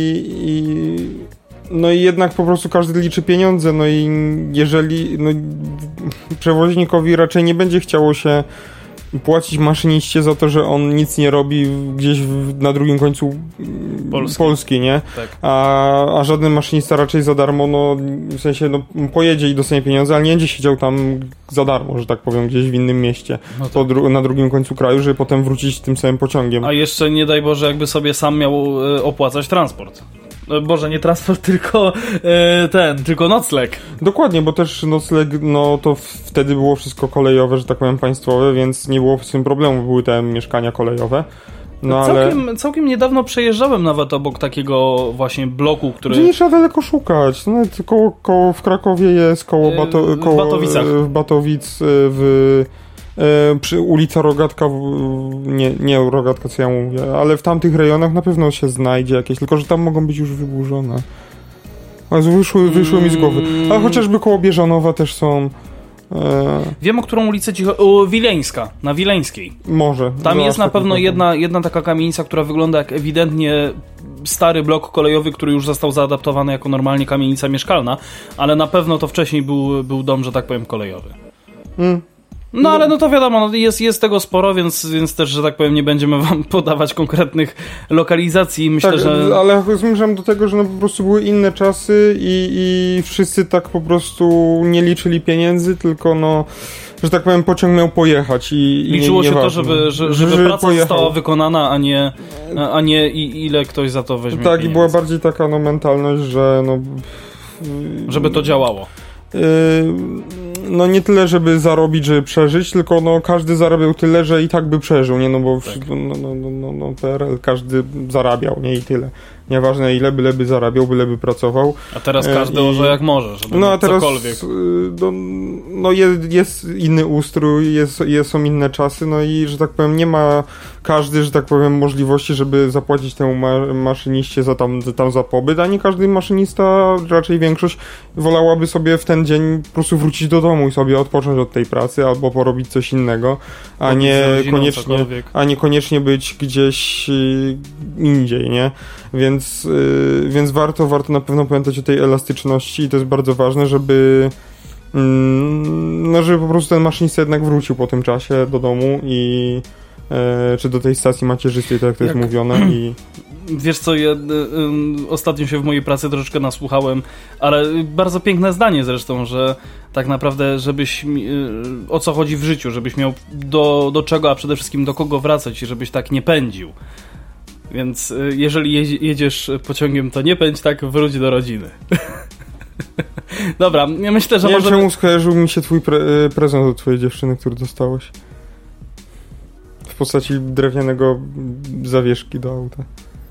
i no i jednak po prostu każdy liczy pieniądze, no i jeżeli no, przewoźnikowi raczej nie będzie chciało się płacić maszyniście za to, że on nic nie robi gdzieś w, na drugim końcu Polski, Polski nie? Tak. A, a żaden maszynista raczej za darmo, no w sensie no, pojedzie i dostanie pieniądze, ale nie będzie siedział tam za darmo, że tak powiem, gdzieś w innym mieście, no tak. dru- na drugim końcu kraju, żeby potem wrócić tym samym pociągiem. A jeszcze nie daj Boże, jakby sobie sam miał e, opłacać transport. Boże, nie transport, tylko e, ten, tylko nocleg. Dokładnie, bo też nocleg, no to wtedy było wszystko kolejowe, że tak powiem, państwowe, więc nie było z tym problemu, były te mieszkania kolejowe. No, całkiem, ale... całkiem niedawno przejeżdżałem nawet obok takiego właśnie bloku, który... Gdzie nie trzeba daleko szukać, no, koło, koło w Krakowie jest, koło, Bato, koło w Batowicach. w Batowic, w... E, przy ulica Rogatka, nie, nie Rogatka, co ja mówię, ale w tamtych rejonach na pewno się znajdzie jakieś, tylko że tam mogą być już wyburzone. Ale wyszły, wyszły mi z głowy. Ale chociażby koło Bieżanowa też są. E... Wiem, o którą ulicę ci chodzi. O, Wileńska, na Wileńskiej. Może. Tam no, jest na tak pewno tak jedna, jedna taka kamienica, która wygląda jak ewidentnie stary blok kolejowy, który już został zaadaptowany jako normalnie kamienica mieszkalna, ale na pewno to wcześniej był, był dom, że tak powiem, kolejowy. Mm. No ale no to wiadomo, no, jest, jest tego sporo, więc, więc też, że tak powiem, nie będziemy wam podawać konkretnych lokalizacji. Myślę, tak, że... ale zmierzam do tego, że no po prostu były inne czasy i, i wszyscy tak po prostu nie liczyli pieniędzy, tylko no, że tak powiem, pociąg miał pojechać i, i liczyło nie, się nie to, ważne. żeby, że, żeby żeby praca pojechał. została wykonana, a nie, a nie i, ile ktoś za to weźmie Tak, pieniędzy. i była bardziej taka no, mentalność, że no... Żeby to działało. Yy, no nie tyle, żeby zarobić, żeby przeżyć, tylko no każdy zarabiał tyle, że i tak by przeżył, nie? No bo tak. no, no, no, no, no P R L każdy zarabiał, nie? I tyle. Nieważne ile, byleby zarabiał, byleby pracował. A teraz każdy I... orze jak może, żeby no, a teraz, cokolwiek. No, no jest, jest inny ustrój, jest, jest, są inne czasy, no i, że tak powiem, nie ma każdy, że tak powiem, możliwości, żeby zapłacić temu ma- maszyniście za tam, za tam za pobyt, a nie każdy maszynista, raczej większość wolałaby sobie w ten dzień po prostu wrócić do domu i sobie odpocząć od tej pracy albo porobić coś innego, a Robić nie rodziną, koniecznie, cokolwiek. a niekoniecznie być gdzieś y, indziej, nie? Więc, y, więc warto, warto na pewno pamiętać o tej elastyczności i to jest bardzo ważne, żeby mm, no, żeby po prostu ten maszynista jednak wrócił po tym czasie do domu i e, czy do tej stacji macierzystej, tak jak to jest Jak? mówione i Wiesz co, ja y, y, ostatnio się w mojej pracy troszeczkę nasłuchałem, ale bardzo piękne zdanie zresztą, że tak naprawdę, żebyś, y, o co chodzi w życiu, żebyś miał do, do czego, a przede wszystkim do kogo wracać i żebyś tak nie pędził. Więc y, jeżeli jeździ, jedziesz pociągiem, to nie pędź tak, wróć do rodziny. Dobra, ja myślę, że nie możemy... wiem, czemu skojarzył mi się twój pre- prezent od twojej dziewczyny, który dostałeś. W postaci drewnianego zawieszki do auta.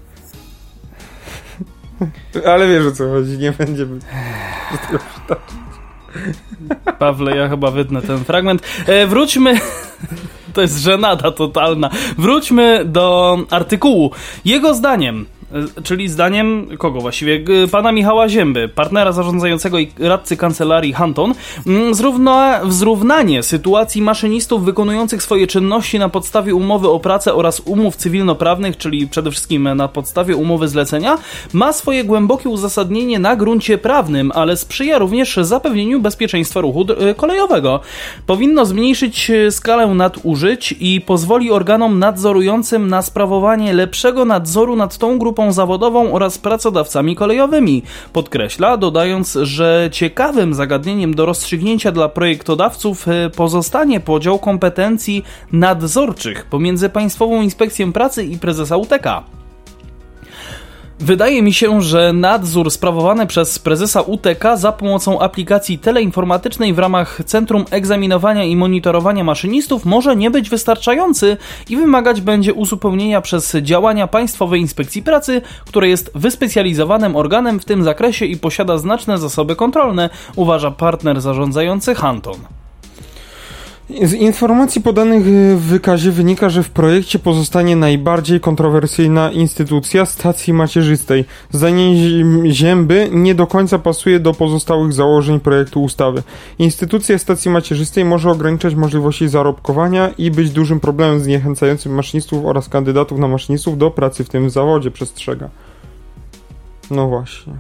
Ale wiesz, o co chodzi, nie będzie tego przytaczać. Pawle, ja chyba wytnę ten fragment. E, wróćmy... To jest żenada totalna. Wróćmy do artykułu. Jego zdaniem, czyli zdaniem kogo właściwie? Pana Michała Zięby, partnera zarządzającego i radcy kancelarii Hunton, zrówna, zrównanie sytuacji maszynistów wykonujących swoje czynności na podstawie umowy o pracę oraz umów cywilnoprawnych, czyli przede wszystkim na podstawie umowy zlecenia, ma swoje głębokie uzasadnienie na gruncie prawnym, ale sprzyja również zapewnieniu bezpieczeństwa ruchu kolejowego. Powinno zmniejszyć skalę nadużyć i pozwoli organom nadzorującym na sprawowanie lepszego nadzoru nad tą grupą zawodową oraz pracodawcami kolejowymi. Podkreśla, dodając, że ciekawym zagadnieniem do rozstrzygnięcia dla projektodawców pozostanie podział kompetencji nadzorczych pomiędzy Państwową Inspekcją Pracy i prezesa U T K. Wydaje mi się, że nadzór sprawowany przez prezesa U T K za pomocą aplikacji teleinformatycznej w ramach Centrum Egzaminowania i Monitorowania Maszynistów może nie być wystarczający i wymagać będzie uzupełnienia przez działania Państwowej Inspekcji Pracy, które jest wyspecjalizowanym organem w tym zakresie i posiada znaczne zasoby kontrolne, uważa partner zarządzający Hanton. Z informacji podanych w wykazie wynika, że w projekcie pozostanie najbardziej kontrowersyjna instytucja stacji macierzystej. Zdaniem Zięby nie do końca pasuje do pozostałych założeń projektu ustawy. Instytucja stacji macierzystej może ograniczać możliwości zarobkowania i być dużym problemem zniechęcającym maszynistów oraz kandydatów na maszynistów do pracy w tym zawodzie, przestrzega. No właśnie.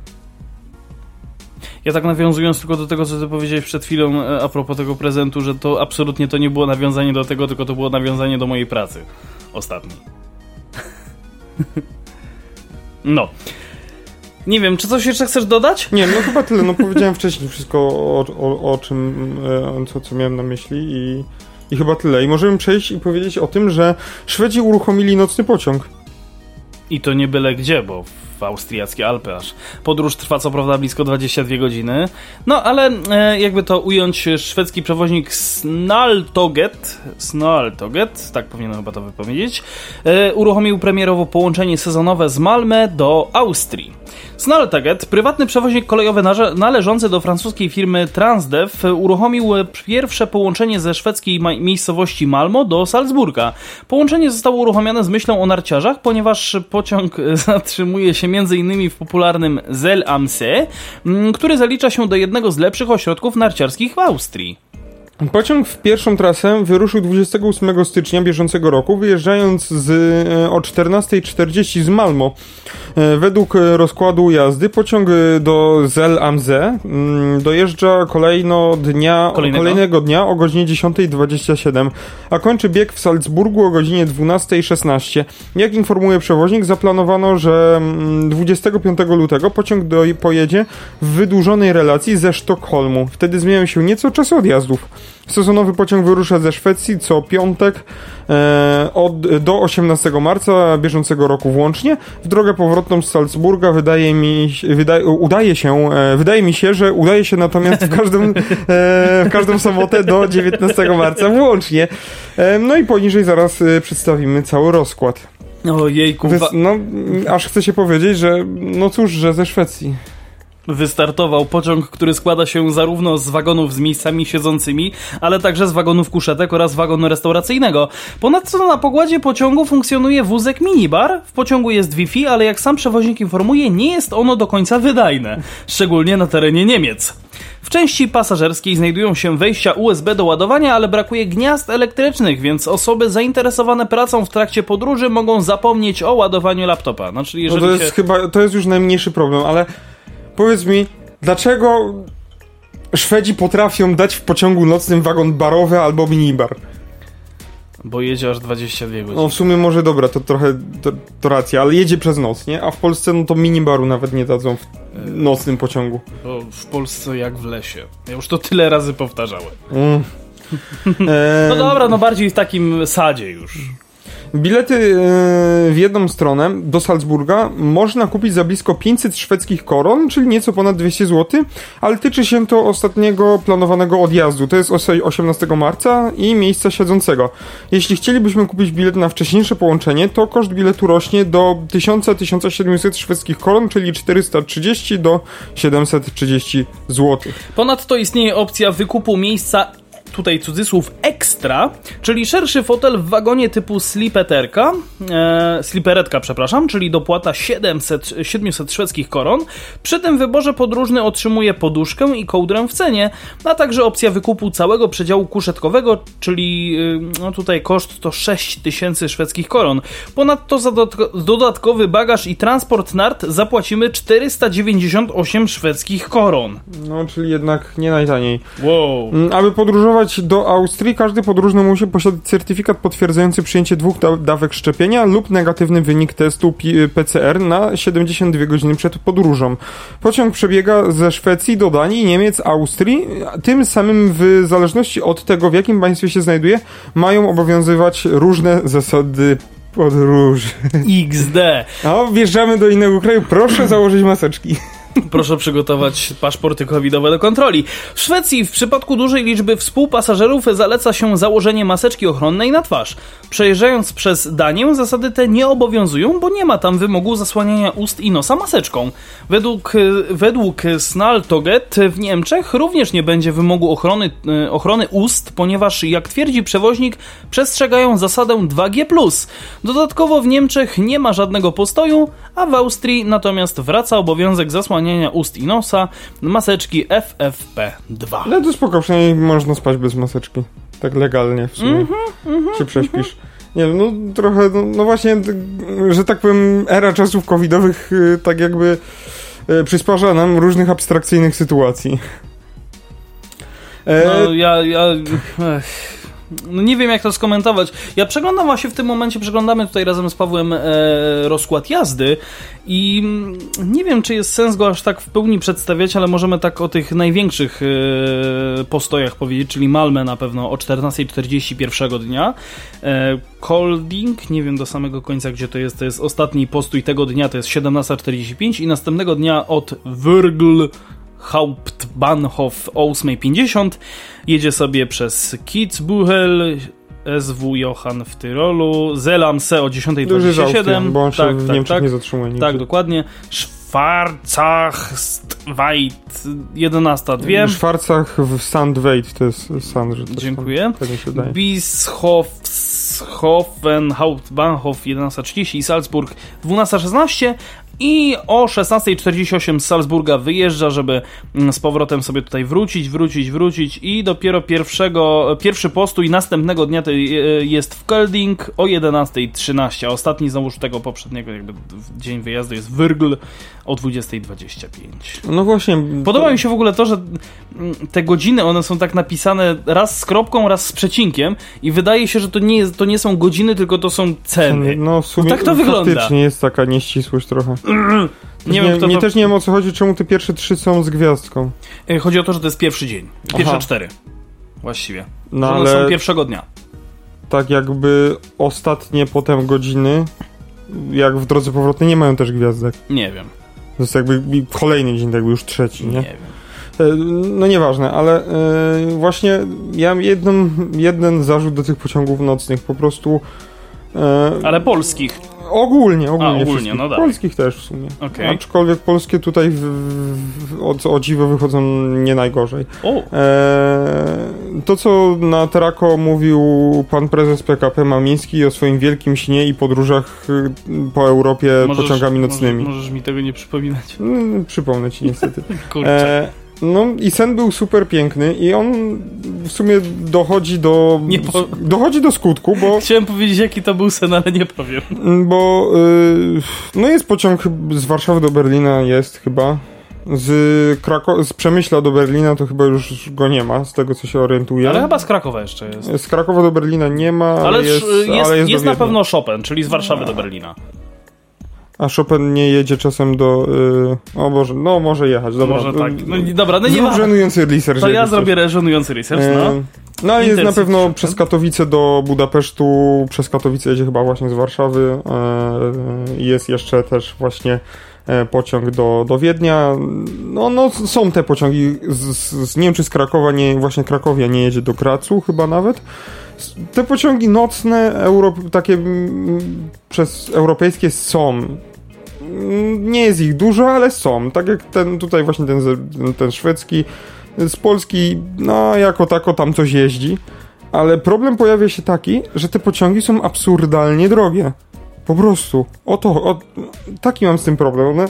Ja tak nawiązując tylko do tego, co ty powiedziałeś przed chwilą a propos tego prezentu, że to absolutnie to nie było nawiązanie do tego, tylko to było nawiązanie do mojej pracy ostatniej. No. Nie wiem, czy coś jeszcze chcesz dodać? Nie, no chyba tyle. No powiedziałem wcześniej wszystko o, o, o czym, co, co miałem na myśli i, i chyba tyle. I możemy przejść i powiedzieć o tym, że Szwedzi uruchomili nocny pociąg. I to nie byle gdzie, bo w austriackie Alpy aż. Podróż trwa co prawda blisko dwadzieścia dwie godziny. No ale e, jakby to ująć, szwedzki przewoźnik Snaltoget, Snaltoget, tak powinienem chyba to wypowiedzieć, e, uruchomił premierowo połączenie sezonowe z Malmö do Austrii. Snaltoget, prywatny przewoźnik kolejowy nale- należący do francuskiej firmy Transdev, uruchomił pierwsze połączenie ze szwedzkiej ma- miejscowości Malmö do Salzburga. Połączenie zostało uruchomione z myślą o narciarzach, ponieważ pociąg zatrzymuje się między innymi w popularnym Zell am See, który zalicza się do jednego z lepszych ośrodków narciarskich w Austrii. Pociąg w pierwszą trasę wyruszył dwudziestego ósmego stycznia bieżącego roku, wyjeżdżając z, o czternasta czterdzieści z Malmö. Według rozkładu jazdy pociąg do Zell am See dojeżdża kolejno dnia, kolejnego? kolejnego dnia o godzinie dziesiąta dwadzieścia siedem, a kończy bieg w Salzburgu o godzinie dwunasta szesnaście. Jak informuje przewoźnik, zaplanowano, że dwudziestego piątego lutego pociąg do, pojedzie w wydłużonej relacji ze Sztokholmu. Wtedy zmieniają się nieco czasy odjazdów. Sezonowy pociąg wyrusza ze Szwecji co piątek e, od, do osiemnastego marca bieżącego roku włącznie. W drogę powrotną z Salzburga wydaje mi, wydaje, udaje się, e, wydaje mi się, że udaje się natomiast w każdym, e, w każdą sobotę do dziewiętnastego marca włącznie. E, no i poniżej zaraz e, przedstawimy cały rozkład. Ojejku. Wys, no, aż chcę się powiedzieć, że no cóż, że ze Szwecji. Wystartował pociąg, który składa się zarówno z wagonów z miejscami siedzącymi, ale także z wagonów kuszetek oraz wagonu restauracyjnego. Ponadto na pokładzie pociągu funkcjonuje wózek minibar. W pociągu jest Wi-Fi, ale jak sam przewoźnik informuje, nie jest ono do końca wydajne, szczególnie na terenie Niemiec. W części pasażerskiej znajdują się wejścia U S B do ładowania, ale brakuje gniazd elektrycznych, więc osoby zainteresowane pracą w trakcie podróży mogą zapomnieć o ładowaniu laptopa. No, czyli jeżeli no to jest się... chyba, to jest już najmniejszy problem, ale powiedz mi, dlaczego Szwedzi potrafią dać w pociągu nocnym wagon barowy albo minibar? Bo jedzie aż dwadzieścia dwie godziny. No w sumie może dobra, to trochę to, to racja, ale jedzie przez noc, nie? A w Polsce no to minibaru nawet nie dadzą w nocnym pociągu. Bo w Polsce jak w lesie. Ja już to tyle razy powtarzałem. Mm. No dobra, no bardziej w takim sadzie już. Bilety w jedną stronę do Salzburga można kupić za blisko pięćset szwedzkich koron, czyli nieco ponad dwieście złotych, ale tyczy się to ostatniego planowanego odjazdu. To jest osiemnastego marca i miejsca siedzącego. Jeśli chcielibyśmy kupić bilet na wcześniejsze połączenie, to koszt biletu rośnie do tysiąc do tysiąca siedmiuset szwedzkich koron, czyli czterysta trzydzieści do siedemset trzydzieści złotych. Ponadto istnieje opcja wykupu miejsca, tutaj cudzysłów, ekstra, czyli szerszy fotel w wagonie typu slipeterka, e, sliperetka, przepraszam, czyli dopłata siedemset, siedemset szwedzkich koron. Przy tym wyborze podróżny otrzymuje poduszkę i kołdrę w cenie, a także opcja wykupu całego przedziału kuszetkowego, czyli no tutaj koszt to sześć tysięcy szwedzkich koron. Ponadto za dodatko- dodatkowy bagaż i transport nart zapłacimy czterysta dziewięćdziesiąt osiem szwedzkich koron. No, czyli jednak nie najtaniej. Wow. Aby podróżować do Austrii, każdy podróżny musi posiadać certyfikat potwierdzający przyjęcie dwóch da- dawek szczepienia lub negatywny wynik testu P C R na siedemdziesiąt dwie godziny przed podróżą. Pociąg przebiega ze Szwecji do Danii, Niemiec, Austrii. Tym samym w zależności od tego, w jakim państwie się znajduje, mają obowiązywać różne zasady Podróży. iks de. A wjeżdżamy do innego kraju, proszę założyć maseczki. Proszę przygotować paszporty covidowe do kontroli. W Szwecji w przypadku dużej liczby współpasażerów zaleca się założenie maseczki ochronnej na twarz. Przejeżdżając przez Danię zasady te nie obowiązują, bo nie ma tam wymogu zasłaniania ust i nosa maseczką. Według, według Snaltoget w Niemczech również nie będzie wymogu ochrony, ochrony ust, ponieważ jak twierdzi przewoźnik, przestrzegają zasadę dwa G plus. Dodatkowo w Niemczech nie ma żadnego postoju, a w Austrii natomiast wraca obowiązek zasłaniania ust i nosa, maseczki F F P dwa. Ale to spoko, przynajmniej można spać bez maseczki. Tak legalnie w sumie. Mm-hmm, mm-hmm, się prześpisz. Mm-hmm. Nie wiem, no trochę, no, no właśnie, że tak powiem, era czasów covidowych tak jakby przysparza nam różnych abstrakcyjnych sytuacji. E... No ja... ja... Ech. No nie wiem, jak to skomentować. Ja przeglądam właśnie w tym momencie, przeglądamy tutaj razem z Pawłem e, rozkład jazdy i nie wiem, czy jest sens go aż tak w pełni przedstawiać, ale możemy tak o tych największych e, postojach powiedzieć, czyli Malmö na pewno o czternasta czterdzieści pierwszego dnia. E, Kolding, nie wiem do samego końca, gdzie to jest, to jest ostatni postój tego dnia, to jest siedemnasta czterdzieści pięć i następnego dnia od Wörgl Hauptbahnhof o ósma pięćdziesiąt jedzie sobie przez Kitzbühel, S W Johann w Tyrolu, Zelamse o dziesiąta dwadzieścia siedem, bo on się tak, w tak, Niemczech tak, nie zatrzymuje nigdy. Tak, dokładnie. Schwarzachstweit jedenasta dwie. Schwarzach w Sandweit to jest Sand, że to dziękuję. Tak mi się wydaje. Bischofshofen Hauptbahnhof jedenasta trzydzieści i Salzburg dwunasta szesnaście. I o szesnasta czterdzieści osiem z Salzburga wyjeżdża, żeby z powrotem sobie tutaj wrócić, wrócić, wrócić i dopiero pierwszego, pierwszy postój następnego dnia to jest w Kolding o jedenasta trzynaście, a ostatni znowuż tego poprzedniego jakby dzień wyjazdu jest Wörgl o dwudziesta dwadzieścia pięć. No właśnie. Podoba to... mi się w ogóle to, że te godziny, one są tak napisane raz z kropką, raz z przecinkiem i wydaje się, że to nie, jest, to nie są godziny, tylko to są ceny. No w sumie no tak to wygląda. Faktycznie jest taka nieścisłość trochę. Nie, nie, wiem, kto nie to... też nie wiem, o co chodzi, czemu te pierwsze trzy są z gwiazdką. Chodzi o to, że to jest pierwszy dzień. Pierwsze Aha. cztery. Właściwie. No, że one ale... są pierwszego dnia. Tak jakby ostatnie potem godziny, jak w drodze powrotnej, nie mają też gwiazdek. Nie wiem. To jest jakby kolejny dzień, jakby już trzeci, nie? Nie wiem. No nieważne, ale yy, właśnie ja mam jedną, jeden zarzut do tych pociągów nocnych, po prostu... Yy, ale polskich. Ogólnie, ogólnie. A, ogólnie, no dalej. Polskich też w sumie. Okay. Aczkolwiek polskie tutaj w, w, o, o dziwo wychodzą nie najgorzej. O. E, to, co na Terako mówił pan prezes P K P Mamiński o swoim wielkim śnie i podróżach po Europie możesz, pociągami nocnymi. Możesz, możesz mi tego nie przypominać. No, przypomnę ci niestety. Kurczę. E, No i sen był super piękny i on w sumie dochodzi do nie po... dochodzi do skutku, bo... Chciałem powiedzieć, jaki to był sen, ale nie powiem. Bo yy, no jest pociąg z Warszawy do Berlina, jest chyba. Z, Krako- z Przemyśla do Berlina to chyba już go nie ma, z tego co się orientuję. Ale chyba z Krakowa jeszcze jest. Z Krakowa do Berlina nie ma, ale, ale jest, jest, ale jest, jest na pewno Chopin, czyli z Warszawy do Berlina. A Chopin nie jedzie czasem do... Yy, o Boże, no może jechać. Dobra. Może tak. No, dobra, no nie Zrób ma. żenujący research. To ja zrobię coś. żenujący research, no. Yy, no ale jest na pewno przez Katowice do Budapesztu, przez Katowice jedzie chyba właśnie z Warszawy. Yy, jest jeszcze też właśnie pociąg do, do Wiednia. No, no są te pociągi z, z, nie wiem czy z Krakowa, nie, właśnie Krakowia nie jedzie do Kracu chyba nawet. Te pociągi nocne, euro, takie m, przez europejskie są. Nie jest ich dużo, ale są. Tak jak ten tutaj właśnie ten, ten szwedzki. Z Polski, no jako tako tam coś jeździ. Ale problem pojawia się taki, że te pociągi są absurdalnie drogie. Po prostu. Oto, o, taki mam z tym problem. One...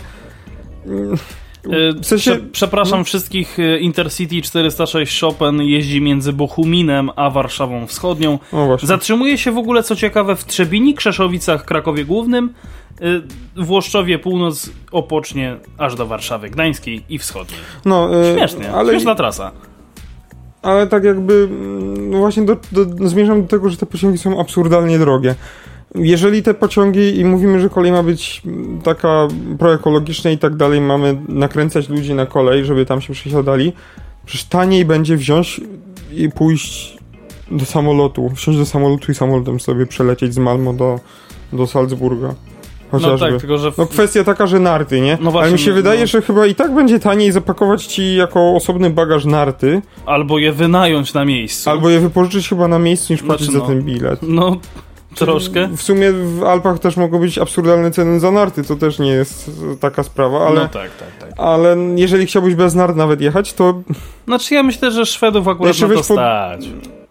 W sensie... Prze- przepraszam no. wszystkich, Intercity czterysta sześć Chopin jeździ między Bochuminem a Warszawą Wschodnią. Zatrzymuje się w ogóle, co ciekawe, w Trzebini, Krzeszowicach, Krakowie Głównym, Włoszczowie Północ, Opocznie, aż do Warszawy Gdańskiej i Wschodniej. No, yy, Śmiesznie, ale... śmieszna trasa. Ale tak jakby no właśnie do, do, zmierzam do tego, że te pociągi są absurdalnie drogie. Jeżeli te pociągi i mówimy, że kolej ma być taka proekologiczna i tak dalej, mamy nakręcać ludzi na kolej, żeby tam się przesiadali, przecież taniej będzie wziąć i pójść do samolotu, wsiąść do samolotu i samolotem sobie przelecieć z Malmo do, do Salzburga. Chociażby. No tak, tylko że... W... No kwestia taka, że narty, nie? No właśnie, ale mi się no, wydaje, no. że chyba i tak będzie taniej zapakować ci jako osobny bagaż narty. Albo je wynająć na miejscu. Albo je wypożyczyć chyba na miejscu, niż płacić znaczy, za no, ten bilet. No, troszkę. W sumie w Alpach też mogą być absurdalne ceny za narty, to też nie jest taka sprawa, ale... No tak, tak, tak. Ale jeżeli chciałbyś bez nart nawet jechać, to... Znaczy ja myślę, że Szwedów akurat Jeszcze na to wiesz, po- stać.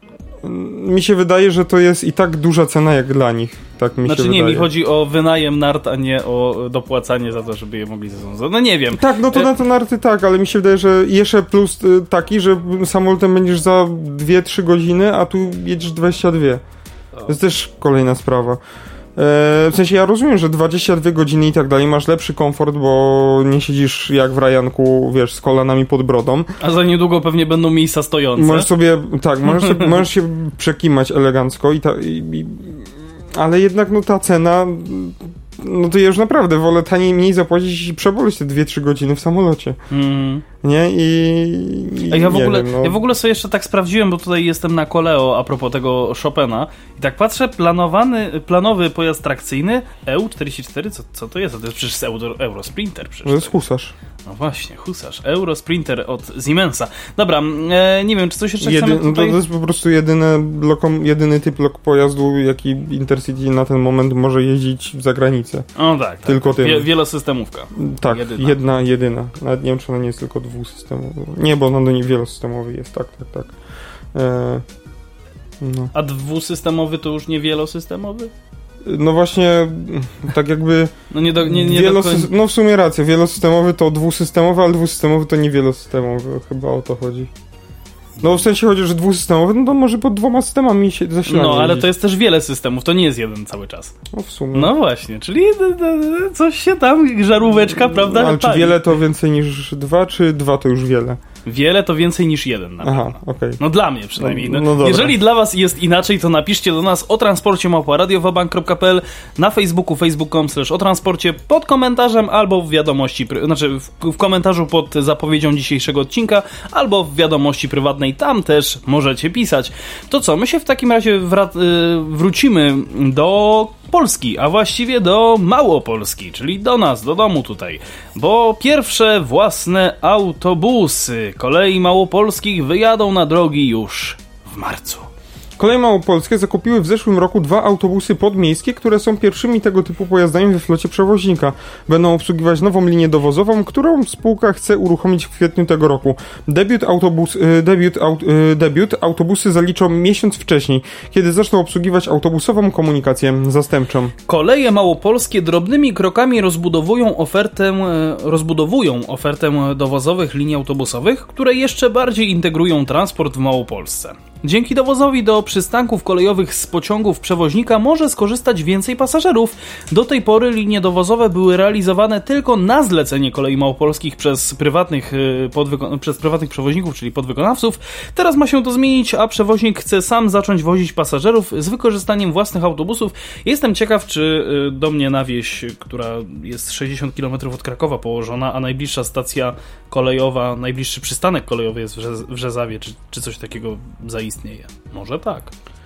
Mi się wydaje, że to jest i tak duża cena jak dla nich. Tak mi Znaczy się nie, wydaje. mi chodzi o wynajem nart, a nie o dopłacanie za to, żeby je mogli zarządzać. No nie wiem. Tak, no to E- na te narty tak, ale mi się wydaje, że jeszcze plus y, taki, że samolotem będziesz za dwie trzy godziny, a tu jedziesz dwadzieścia dwa. To jest też kolejna sprawa. E, w sensie ja rozumiem, że dwadzieścia dwie godziny i tak dalej, masz lepszy komfort, bo nie siedzisz jak w Rajanku, wiesz, z kolanami pod brodą. A za niedługo pewnie będą miejsca stojące. Możesz sobie, tak, możesz, sobie, możesz się przekimać elegancko i, ta, i, i ale jednak no ta cena, no to ja już naprawdę wolę taniej mniej zapłacić i przeboleć te dwie trzy godziny w samolocie. Mm. Nie? I, i A ja w, nie ogóle, wiem, no. ja w ogóle sobie jeszcze tak sprawdziłem, bo tutaj jestem na Koleo a propos tego Chopina i tak patrzę, planowany, planowy pojazd trakcyjny E U czterdzieści cztery, co, co to jest? To jest przecież Euro, Eurosprinter przecież. To jest husarz. No właśnie, husarz. Eurosprinter od Siemensa. Dobra, e, nie wiem, czy coś jeszcze Jedy, chcemy tutaj... no to jest po prostu jedyne lokom, jedyny typ lok pojazdu, jaki Intercity na ten moment może jeździć za granicę. O tak, tak. Tylko tym. Wie, wielosystemówka. Tak, Jedyna. jedna, jedyna. Nawet nie wiem, czy ona nie jest tylko dwusystemowa. Nie, bo ona do niej wielosystemowy jest, tak, tak, tak. E, no. A dwusystemowy to już nie wielosystemowy? no właśnie, tak jakby... No nie do, nie, nie wielosys- do No w sumie racja, wielosystemowy to dwusystemowy, ale dwusystemowy to nie wielosystemowy, chyba o to chodzi. No w sensie chodzi, że dwusystemowy, no to może pod dwoma systemami się zasilania No, ale jeździć. to jest też wiele systemów, to nie jest jeden cały czas. No w sumie. No właśnie, czyli d- d- coś się tam, żaróweczka, prawda? Ale czy pali. wiele to więcej niż dwa, czy dwa to już wiele? Wiele to więcej niż jeden na pewno. Aha, okej. No dla mnie przynajmniej. No, No- no dobra. Jeżeli dla was jest inaczej, to napiszcie do nas o transporcie małpa radiowabank kropka p l na Facebooku facebook kropka com slash o transporcie pod komentarzem albo w wiadomości, pry- znaczy w, w komentarzu pod zapowiedzią dzisiejszego odcinka albo w wiadomości prywatnej, tam też możecie pisać. To co, my się w takim razie wra- y, wrócimy do Polski, a właściwie do Małopolski, czyli do nas, do domu tutaj, bo pierwsze własne autobusy kolei małopolskich wyjadą na drogi już w marcu. Koleje Małopolskie zakupiły w zeszłym roku dwa autobusy podmiejskie, które są pierwszymi tego typu pojazdami we flocie przewoźnika. Będą obsługiwać nową linię dowozową, którą spółka chce uruchomić w kwietniu tego roku. Debiut, autobus, y, debiut, aut, y, debiut autobusy zaliczą miesiąc wcześniej, kiedy zaczną obsługiwać autobusową komunikację zastępczą. Koleje małopolskie drobnymi krokami rozbudowują ofertę, e, rozbudowują ofertę dowozowych linii autobusowych, które jeszcze bardziej integrują transport w Małopolsce. Dzięki dowozowi do przystanków kolejowych z pociągów przewoźnika może skorzystać więcej pasażerów. Do tej pory linie dowozowe były realizowane tylko na zlecenie kolei małopolskich przez prywatnych, e, podwyko- przez prywatnych przewoźników, czyli podwykonawców. Teraz ma się to zmienić, a przewoźnik chce sam zacząć wozić pasażerów z wykorzystaniem własnych autobusów. Jestem ciekaw, czy e, do mnie na wieś, która jest sześćdziesiąt kilometrów od Krakowa położona, a najbliższa stacja kolejowa, najbliższy przystanek kolejowy jest w, Rzez- w Rzezawie, czy, czy coś takiego zaistnieje? Może tak.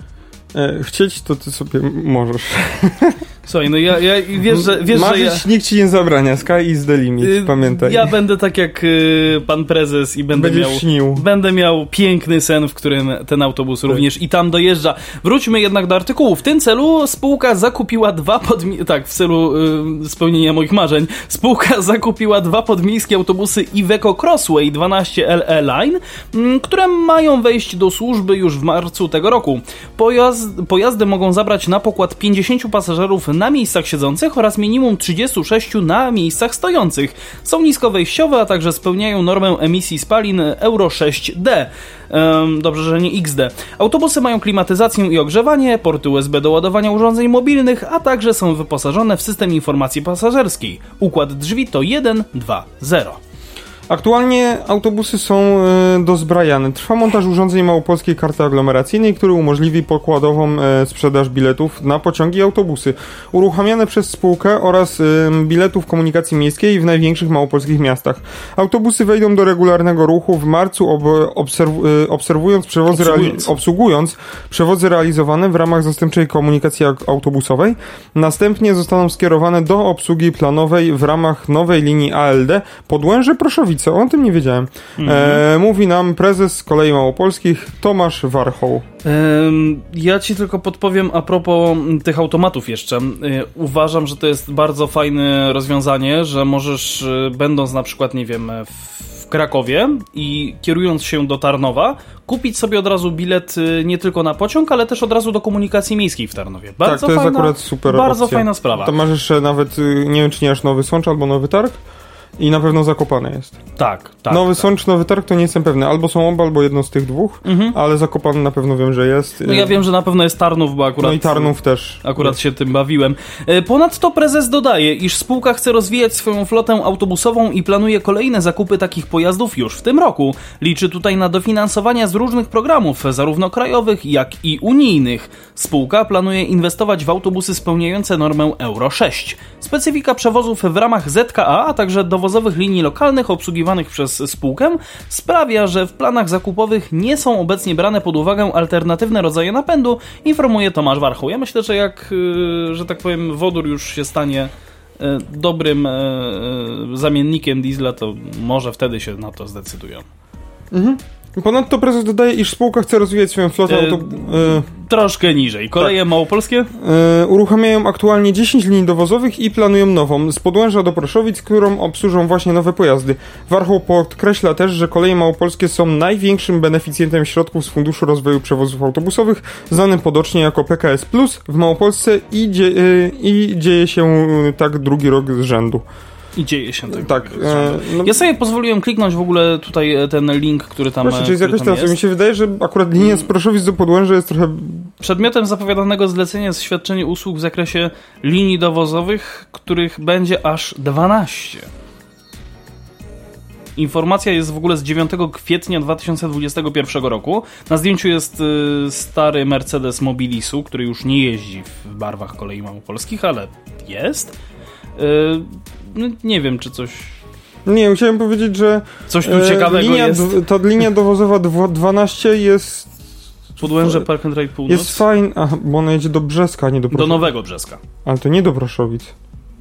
E, chcieć to ty sobie możesz. Słuchaj, no ja, ja wiesz, że, wiesz, że Marzyć ja... nikt ci nie zabrania, sky is the limit, Y, pamiętaj. Ja będę tak jak y, pan prezes i będę Będziesz miał, śnił. będę miał piękny sen, w którym ten autobus tak. również i tam dojeżdża. Wróćmy jednak do artykułu. W tym celu spółka zakupiła dwa podmi... tak, w celu y, spełnienia moich marzeń. Spółka zakupiła dwa podmiejskie autobusy Iveco Crossway dwanaście L E Line, y, które mają wejść do służby już w marcu tego roku. Pojazd, pojazdy mogą zabrać na pokład pięćdziesięciu pasażerów na miejscach siedzących oraz minimum trzydziestu sześciu na miejscach stojących. Są niskowejściowe, a także spełniają normę emisji spalin Euro sześć D. Ehm, dobrze, że nie X D. Autobusy mają klimatyzację i ogrzewanie, porty U S B do ładowania urządzeń mobilnych, a także są wyposażone w system informacji pasażerskiej. Układ drzwi to jeden dwa zero. Aktualnie autobusy są e, dozbrajane. Trwa montaż urządzeń Małopolskiej Karty Aglomeracyjnej, który umożliwi pokładową e, sprzedaż biletów na pociągi i autobusy uruchamiane przez spółkę oraz e, biletów komunikacji miejskiej w największych małopolskich miastach. Autobusy wejdą do regularnego ruchu w marcu, ob, obserw, e, obserwując przewozy obsługując. Reali- obsługując przewozy realizowane w ramach zastępczej komunikacji autobusowej. Następnie zostaną skierowane do obsługi planowej w ramach nowej linii A L D Podłęże Proszowice. O tym nie wiedziałem. Mhm. E, mówi nam prezes Kolei Małopolskich Tomasz Warchoł. Ja ci tylko podpowiem a propos tych automatów jeszcze. Uważam, że to jest bardzo fajne rozwiązanie, że możesz, będąc na przykład, nie wiem, w Krakowie i kierując się do Tarnowa, kupić sobie od razu bilet nie tylko na pociąg, ale też od razu do komunikacji miejskiej w Tarnowie. Bardzo tak, to jest fajna, akurat super Bardzo opcja. fajna sprawa. To masz jeszcze nawet, nie wiem czy nie aż Nowy Sącz albo Nowy Targ. I na pewno Zakopane jest. Tak, tak. Nowy tak. Sącz, Nowy Targ to nie jestem pewny. Albo są oba, albo jedno z tych dwóch, mhm. ale Zakopane na pewno wiem, że jest. No ja wiem, że na pewno jest Tarnów, bo akurat... No i Tarnów też. Akurat się tym bawiłem. Ponadto prezes dodaje, iż spółka chce rozwijać swoją flotę autobusową i planuje kolejne zakupy takich pojazdów już w tym roku. Liczy tutaj na dofinansowania z różnych programów, zarówno krajowych, jak i unijnych. Spółka planuje inwestować w autobusy spełniające normę Euro sześć. Specyfika przewozów w ramach Z K A, a także dowozowych linii lokalnych obsługiwanych przez spółkę sprawia, że w planach zakupowych nie są obecnie brane pod uwagę alternatywne rodzaje napędu, informuje Tomasz Warchoł. Ja myślę, że jak, że tak powiem, wodór już się stanie dobrym zamiennikiem diesla, to może wtedy się na to zdecydują. Mhm. Ponadto prezes dodaje, iż spółka chce rozwijać swoją flotę e, auto... E, troszkę niżej. Koleje tak. Małopolskie? E, uruchamiają aktualnie dziesięć linii dowozowych i planują nową, z Podłęża do Proszowic, którą obsłużą właśnie nowe pojazdy. Warchoł podkreśla też, że Koleje Małopolskie są największym beneficjentem środków z Funduszu Rozwoju Przewozów Autobusowych, znanym potocznie jako P K S plus w Małopolsce i, dzie, e, i dzieje się tak drugi rok z rzędu. I dzieje się tak. tak e, no. Ja sobie pozwoliłem kliknąć w ogóle tutaj ten link, który tam Proszę, jest. Czyli jakaś teraz, mi się wydaje, że akurat linia z Proszowic do Podłęża jest trochę... Przedmiotem zapowiadanego zlecenia jest świadczenie usług w zakresie linii dowozowych, których będzie aż dwanaście. Informacja jest w ogóle z dziewiątego kwietnia dwa tysiące dwudziestego pierwszego roku. Na zdjęciu jest y, stary Mercedes Mobilisu, który już nie jeździ w barwach Kolei Małopolskich, ale jest. Y, no, nie wiem, czy coś... Nie, chciałem powiedzieć, że... Coś tu ciekawego linia, jest. Ta linia dowozowa dwanaście jest... Podłęże Park and Ride Północ? Jest fajna, aha, bo ona jedzie do Brzeska, nie do Proszowic. Do Nowego Brzeska. Ale to nie do Proszowic.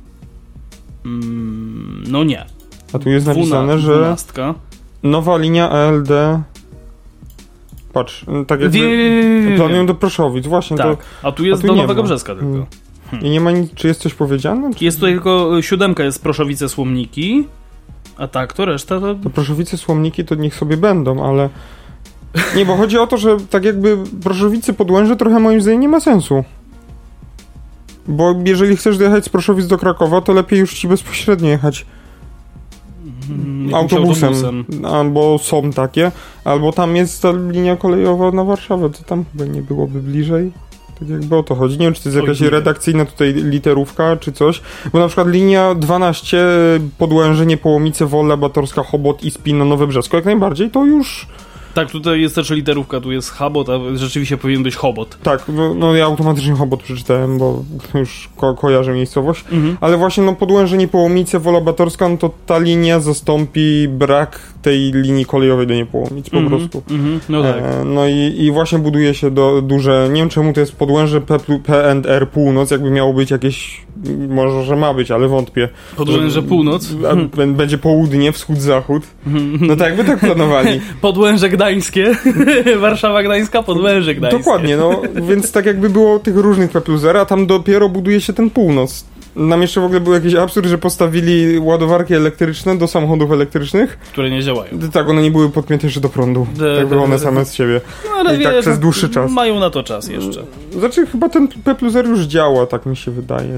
Mm, no nie. A tu jest napisane, że dwunastka. Nowa linia A L D... Patrz, tak jakby Wie... planują do Proszowic, właśnie. Tak, to, a tu jest a tu do Nowego ma. Brzeska tylko. Hmm. I nie ma nic, czy jest coś powiedziane? Czy... Jest tutaj tylko siódemka, jest Proszowice Słomniki, a tak, to reszta to... To Proszowice Słomniki to niech sobie będą, ale... Nie, bo chodzi o to, że tak jakby Proszowice Podłęże trochę moim zdaniem nie ma sensu. Bo jeżeli chcesz dojechać z Proszowic do Krakowa, to lepiej już ci bezpośrednio jechać hmm, autobusem. autobusem. Albo są takie, albo tam jest ta linia kolejowa na Warszawę, to tam chyba nie byłoby bliżej. Tak jakby o to chodzi. Nie wiem, czy to jest jakaś Oj, redakcyjna tutaj literówka, czy coś. Bo na przykład linia dwanaście Podłęże, Niepołomice, Wola, Batorska, Chobot i Spina, Nowe Brzesko. Jak najbardziej to już... Tak, tutaj jest też literówka, tu jest Chabot, a rzeczywiście powinien być Chobot. Tak, no, no ja automatycznie Chobot przeczytałem, bo już ko- kojarzę miejscowość. Mhm. Ale właśnie no Podłęże, Niepołomice, Wola Batorska, no to ta linia zastąpi brak tej linii kolejowej do Niepołomic po mhm. prostu. Mhm. No tak. E, no i, i właśnie buduje się do, duże, nie wiem czemu to jest Podłęże P and R Północ, jakby miało być jakieś, może że ma być, ale wątpię. Podłęże Północ? A, będzie południe, wschód, zachód. No tak jakby tak planowali. Podłęże Gdańskie, Warszawa Gdańska, Podłęże Gdańskie. Dokładnie, no, więc tak jakby było tych różnych P plus zero, a tam dopiero buduje się ten północ. Nam jeszcze w ogóle był jakiś absurd, że postawili ładowarki elektryczne do samochodów elektrycznych. Które nie działają. Tak, one nie były podpięte jeszcze do prądu. De, tak były one same z siebie. No, ale I wiesz, tak przez dłuższy czas. Mają na to czas jeszcze. Znaczy chyba ten P plus zero już działa, tak mi się wydaje.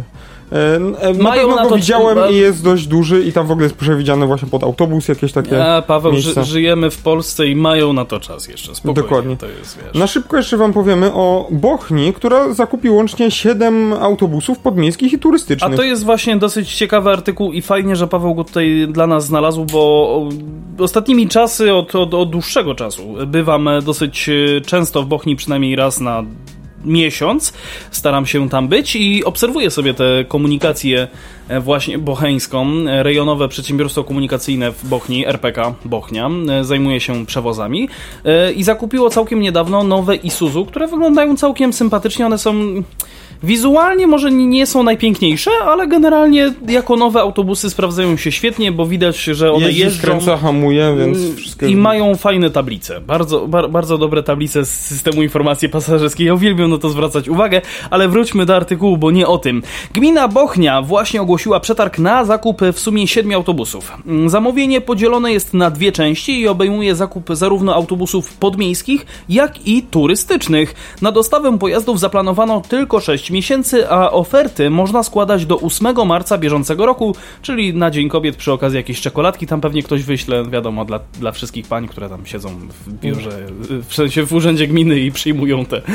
E, na Mają pewno na go to, widziałem czy... i jest dość duży i tam w ogóle jest przewidziane właśnie pod autobus jakieś takie A, Paweł, miejsca. ży, żyjemy w Polsce i mają na to czas jeszcze, spokojnie. Dokładnie. To jest, wiesz. Na szybko jeszcze wam powiemy o Bochni, która zakupi łącznie siedem autobusów podmiejskich i turystycznych. A to jest właśnie dosyć ciekawy artykuł i fajnie, że Paweł go tutaj dla nas znalazł, bo ostatnimi czasy, od, od, od dłuższego czasu, bywam dosyć często w Bochni, przynajmniej raz na miesiąc, staram się tam być i obserwuję sobie tę komunikację właśnie bocheńską. Rejonowe Przedsiębiorstwo Komunikacyjne w Bochni, R P K Bochnia, zajmuje się przewozami i zakupiło całkiem niedawno nowe Isuzu, które wyglądają całkiem sympatycznie. One są wizualnie może nie są najpiękniejsze, ale generalnie jako nowe autobusy sprawdzają się świetnie, bo widać, że one Jeździ, jeżdżą, skręca, hamuje, więc wszystko... i mają fajne tablice. Bardzo, bar, bardzo dobre tablice z systemu informacji pasażerskiej. Ja uwielbiam na to zwracać uwagę, ale wróćmy do artykułu, bo nie o tym. Gmina Bochnia właśnie ogłosiła przetarg na zakup w sumie siedmiu autobusów. Zamówienie podzielone jest na dwie części i obejmuje zakup zarówno autobusów podmiejskich, jak i turystycznych. Na dostawę pojazdów zaplanowano tylko sześć miesięcy, a oferty można składać do ósmego marca bieżącego roku, czyli na Dzień Kobiet przy okazji jakieś czekoladki. Tam pewnie ktoś wyśle, wiadomo, dla, dla wszystkich pań, które tam siedzą w biurze, w sensie w urzędzie gminy i przyjmują te,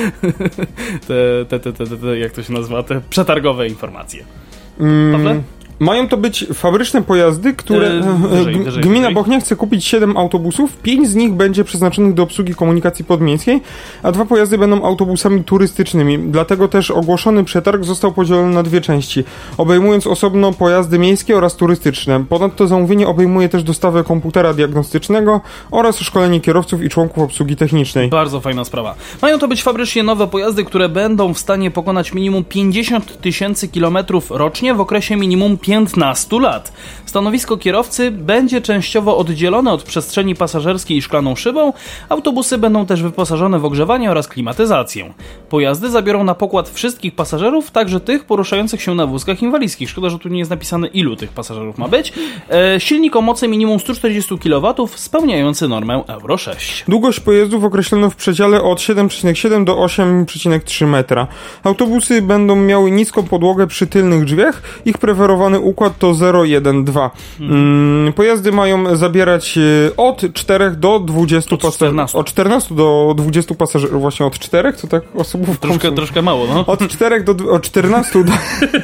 te, te, te, te, te, te jak to się nazywa, te przetargowe informacje. Pawle? Mm. Mają to być fabryczne pojazdy, które Yy, wyżej, wyżej, gmina wyżej. Bochnia chce kupić siedem autobusów, pięć z nich będzie przeznaczonych do obsługi komunikacji podmiejskiej, a dwa pojazdy będą autobusami turystycznymi. Dlatego też ogłoszony przetarg został podzielony na dwie części, obejmując osobno pojazdy miejskie oraz turystyczne. Ponadto zamówienie obejmuje też dostawę komputera diagnostycznego oraz szkolenie kierowców i członków obsługi technicznej. Bardzo fajna sprawa. Mają to być fabrycznie nowe pojazdy, które będą w stanie pokonać minimum pięćdziesiąt tysięcy kilometrów rocznie w okresie minimum piętnastu lat. Stanowisko kierowcy będzie częściowo oddzielone od przestrzeni pasażerskiej szklaną szybą. Autobusy będą też wyposażone w ogrzewanie oraz klimatyzację. Pojazdy zabiorą na pokład wszystkich pasażerów, także tych poruszających się na wózkach inwalidzkich. Szkoda, że tu nie jest napisane, ilu tych pasażerów ma być. E, silnik o mocy minimum sto czterdzieści kilowatów, spełniający normę Euro sześć. Długość pojazdów określono w przedziale od siedem przecinek siedem do osiem przecinek trzy metra. Autobusy będą miały niską podłogę przy tylnych drzwiach. Ich preferowany układ to zero jeden dwa. Hmm. Pojazdy mają zabierać od czterech do dwudziestu pasażerów. Od czternastu do dwudziestu pasażerów. Właśnie od czterech to tak osobów... Troszkę, troszkę mało, no. Od czterech do... Od czternastu do...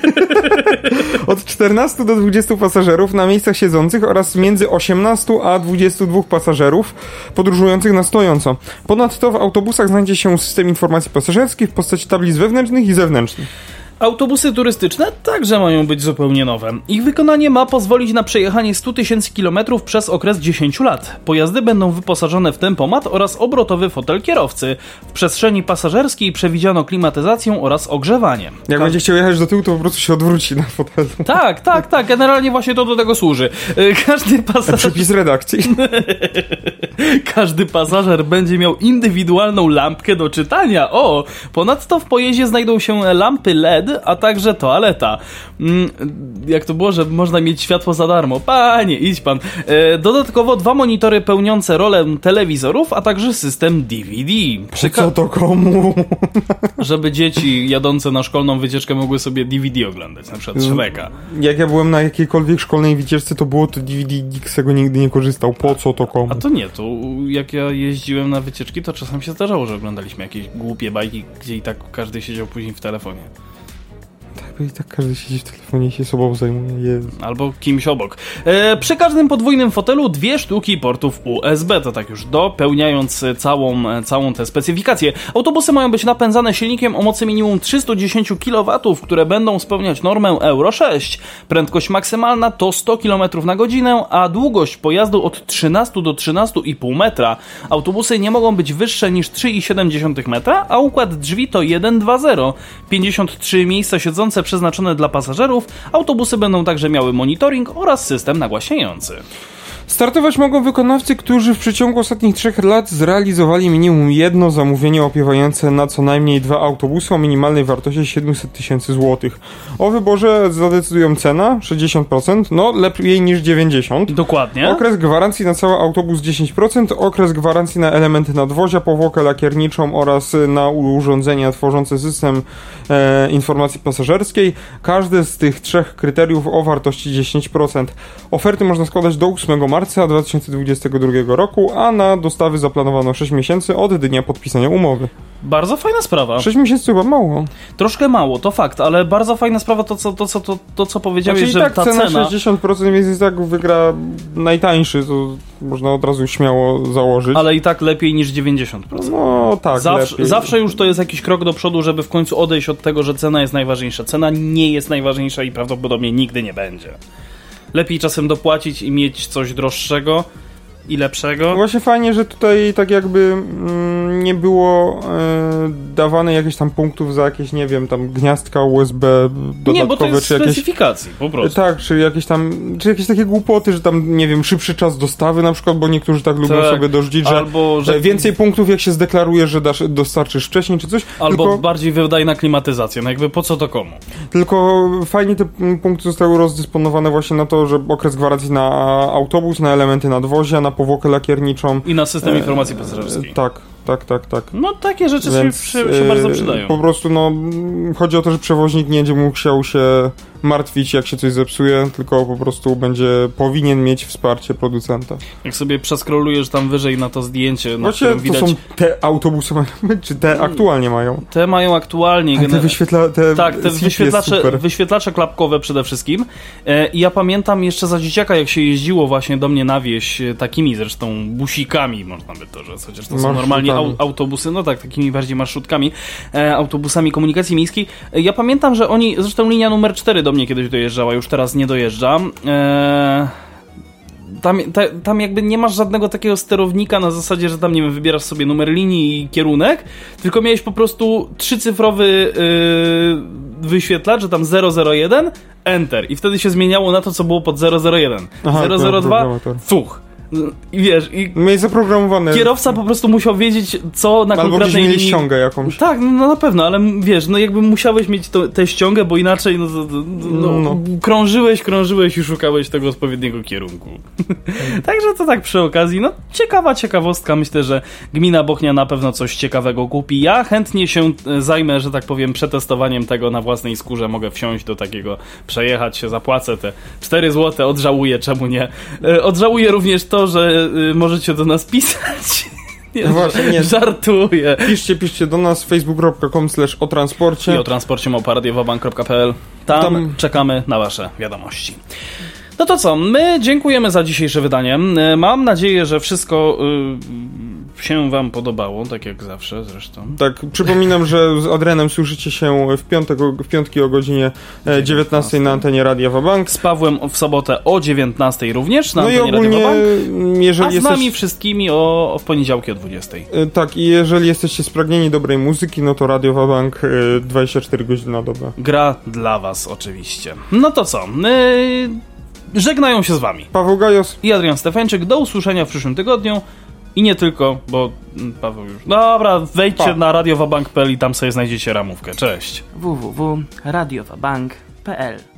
od czternastu do dwudziestu pasażerów na miejscach siedzących oraz między osiemnastu a dwudziestu dwóch pasażerów podróżujących na stojąco. Ponadto w autobusach znajdzie się system informacji pasażerskich w postaci tablic wewnętrznych i zewnętrznych. Autobusy turystyczne także mają być zupełnie nowe. Ich wykonanie ma pozwolić na przejechanie sto tysięcy kilometrów przez okres dziesięć lat. Pojazdy będą wyposażone w tempomat oraz obrotowy fotel kierowcy. W przestrzeni pasażerskiej przewidziano klimatyzację oraz ogrzewanie. Jak Ka- będzie chciał jechać do tyłu, to po prostu się odwróci na fotelu. Tak, tak, tak. Generalnie właśnie to do tego służy. Każdy pasażer... Przepis redakcji. Każdy pasażer będzie miał indywidualną lampkę do czytania. O! Ponadto w pojeździe znajdą się lampy L E D, a także toaleta. Mm, jak to było, że można mieć światło za darmo? Panie, idź pan. E, dodatkowo dwa monitory pełniące rolę telewizorów, a także system D V D. Przy co to komu? Żeby dzieci jadące na szkolną wycieczkę mogły sobie D V D oglądać, na przykład Shreka. Jak ja byłem na jakiejkolwiek szkolnej wycieczce, to było to D V D, nikt z tego nigdy nie korzystał. Po co to komu? A to nie, to jak ja jeździłem na wycieczki, to czasem się zdarzało, że oglądaliśmy jakieś głupie bajki, gdzie i tak każdy siedział później w telefonie. Tak, bo i tak każdy siedzi w telefonie i się sobą zajmuje. Jezu. Albo kimś obok. E, przy każdym podwójnym fotelu dwie sztuki portów U S B, to tak już dopełniając całą, całą tę specyfikację. Autobusy mają być napędzane silnikiem o mocy minimum trzysta dziesięć kilowatów, które będą spełniać normę Euro sześć. Prędkość maksymalna to sto kilometrów na godzinę, a długość pojazdu od trzynastu do trzynastu i pół metra. Autobusy nie mogą być wyższe niż trzy i siedem metra, a układ drzwi to jeden dwa zero. pięćdziesiąt trzy miejsca siedzące przeznaczone dla pasażerów. Autobusy będą także miały monitoring oraz system nagłaśniający. Startować mogą wykonawcy, którzy w przeciągu ostatnich trzech lat zrealizowali minimum jedno zamówienie opiewające na co najmniej dwa autobusy o minimalnej wartości siedemset tysięcy złotych. O wyborze zadecydują cena sześćdziesiąt procent, no lepiej niż dziewięćdziesiąt procent. Dokładnie. Okres gwarancji na cały autobus dziesięć procent, okres gwarancji na elementy nadwozia, powłokę lakierniczą oraz na urządzenia tworzące system e, informacji pasażerskiej. Każde z tych trzech kryteriów o wartości dziesięć procent. Oferty można składać do ósmego marca dwa tysiące dwudziestego drugiego roku, a na dostawy zaplanowano sześć miesięcy od dnia podpisania umowy. Bardzo fajna sprawa. sześć miesięcy chyba mało. Troszkę mało, to fakt, ale bardzo fajna sprawa to, co, to, co, to, to, co powiedziałeś, znaczy, że i tak ta cena... cena... sześćdziesiąt procent, więc jest tak wygra najtańszy, to można od razu śmiało założyć. Ale i tak lepiej niż dziewięćdziesiąt procent. No tak, zawsze, lepiej. zawsze już to jest jakiś krok do przodu, żeby w końcu odejść od tego, że cena jest najważniejsza. Cena nie jest najważniejsza i prawdopodobnie nigdy nie będzie. Lepiej czasem dopłacić i mieć coś droższego i lepszego. Właśnie fajnie, że tutaj tak jakby mm, nie było e, dawane jakichś tam punktów za jakieś, nie wiem, tam gniazdka U S B dodatkowe, nie, bo to jest czy jakieś specyfikacji, po prostu. Tak, czy jakieś tam, czy jakieś takie głupoty, że tam, nie wiem, szybszy czas dostawy na przykład, bo niektórzy tak lubią tak. sobie dorzucić, że, albo, że więcej punktów jak się zdeklaruje, że dasz, dostarczysz wcześniej, czy coś. Albo tylko, bardziej wydajna klimatyzacja, no jakby po co to komu? Tylko fajnie te punkty zostały rozdysponowane właśnie na to, że okres gwarancji na autobus, na elementy nadwozia, na powłokę lakierniczą. I na system informacji pasażerskiej. E, tak. Tak, tak, tak. No takie rzeczy Więc, się, się, się yy, bardzo przydają. Po prostu no chodzi o to, że przewoźnik nie będzie musiał się martwić, jak się coś zepsuje, tylko po prostu będzie powinien mieć wsparcie producenta. Jak sobie przeskrolujesz tam wyżej na to zdjęcie, na Właśnie którym to widać... są te autobusy, czy te aktualnie mają? Te mają aktualnie... A te wyświetla... Te tak, te wyświetlacze, wyświetlacze klapkowe przede wszystkim. E, I ja pamiętam jeszcze za dzieciaka, jak się jeździło właśnie do mnie na wieś, takimi zresztą busikami, można by to rzec, chociaż to są normalnie au, autobusy, no tak, takimi bardziej marszutkami, e, autobusami komunikacji miejskiej. E, ja pamiętam, że oni, zresztą linia numer cztery do mnie kiedyś dojeżdżała, już teraz nie dojeżdża. E, tam, ta, tam jakby nie masz żadnego takiego sterownika na zasadzie, że tam, nie wiem, wybierasz sobie numer linii i kierunek, tylko miałeś po prostu trzycyfrowy yy, wyświetlacz, że tam zero zero jeden, enter. I wtedy się zmieniało na to, co było pod zero zero jeden. Aha, zero zero dwa, fuch. I wiesz, i mieć zaprogramowane. Kierowca po prostu musiał wiedzieć, co na albo konkretnej linii... Albo ściągę jakąś. Tak, no na pewno, ale wiesz, no jakby musiałeś mieć to, tę ściągę, bo inaczej no, no, no. krążyłeś, krążyłeś i szukałeś tego odpowiedniego kierunku. Także to tak przy okazji, no ciekawa ciekawostka. Myślę, że gmina Bochnia na pewno coś ciekawego kupi. Ja chętnie się zajmę, że tak powiem, przetestowaniem tego na własnej skórze. Mogę wsiąść do takiego, przejechać się, zapłacę te cztery złote, odżałuję, czemu nie. Odżałuję również to, To, że y, możecie do nas pisać. Nie, no właśnie, nie. Żartuję. Piszcie, piszcie do nas facebook kropka com slash o transporcie. I o transporcie małpa radiowabank kropka p l. Tam, Tam czekamy na wasze wiadomości. No to co, my dziękujemy za dzisiejsze wydanie. Mam nadzieję, że wszystko y, się wam podobało, tak jak zawsze zresztą. Tak, przypominam, że z Adrenem słyszycie się w, piątek, w piątki o godzinie dziewiętnastej na antenie Radia Wabank. Z Pawłem w sobotę o dziewiętnastej również na no antenie i ogólnie, Radia Wabank. jeżeli a z jesteś... nami wszystkimi o, o w poniedziałki o dwudziestej. Tak, i jeżeli jesteście spragnieni dobrej muzyki, no to Radio Wabank dwadzieścia cztery godziny na dobę. Gra dla was oczywiście. No to co, my... Żegnają się z wami Paweł Gajos i Adrian Stefańczyk. Do usłyszenia w przyszłym tygodniu. I nie tylko, bo Paweł już... Dobra, wejdźcie pa. na radiowabank kropka p l i tam sobie znajdziecie ramówkę. Cześć. w w w kropka radiowabank kropka p l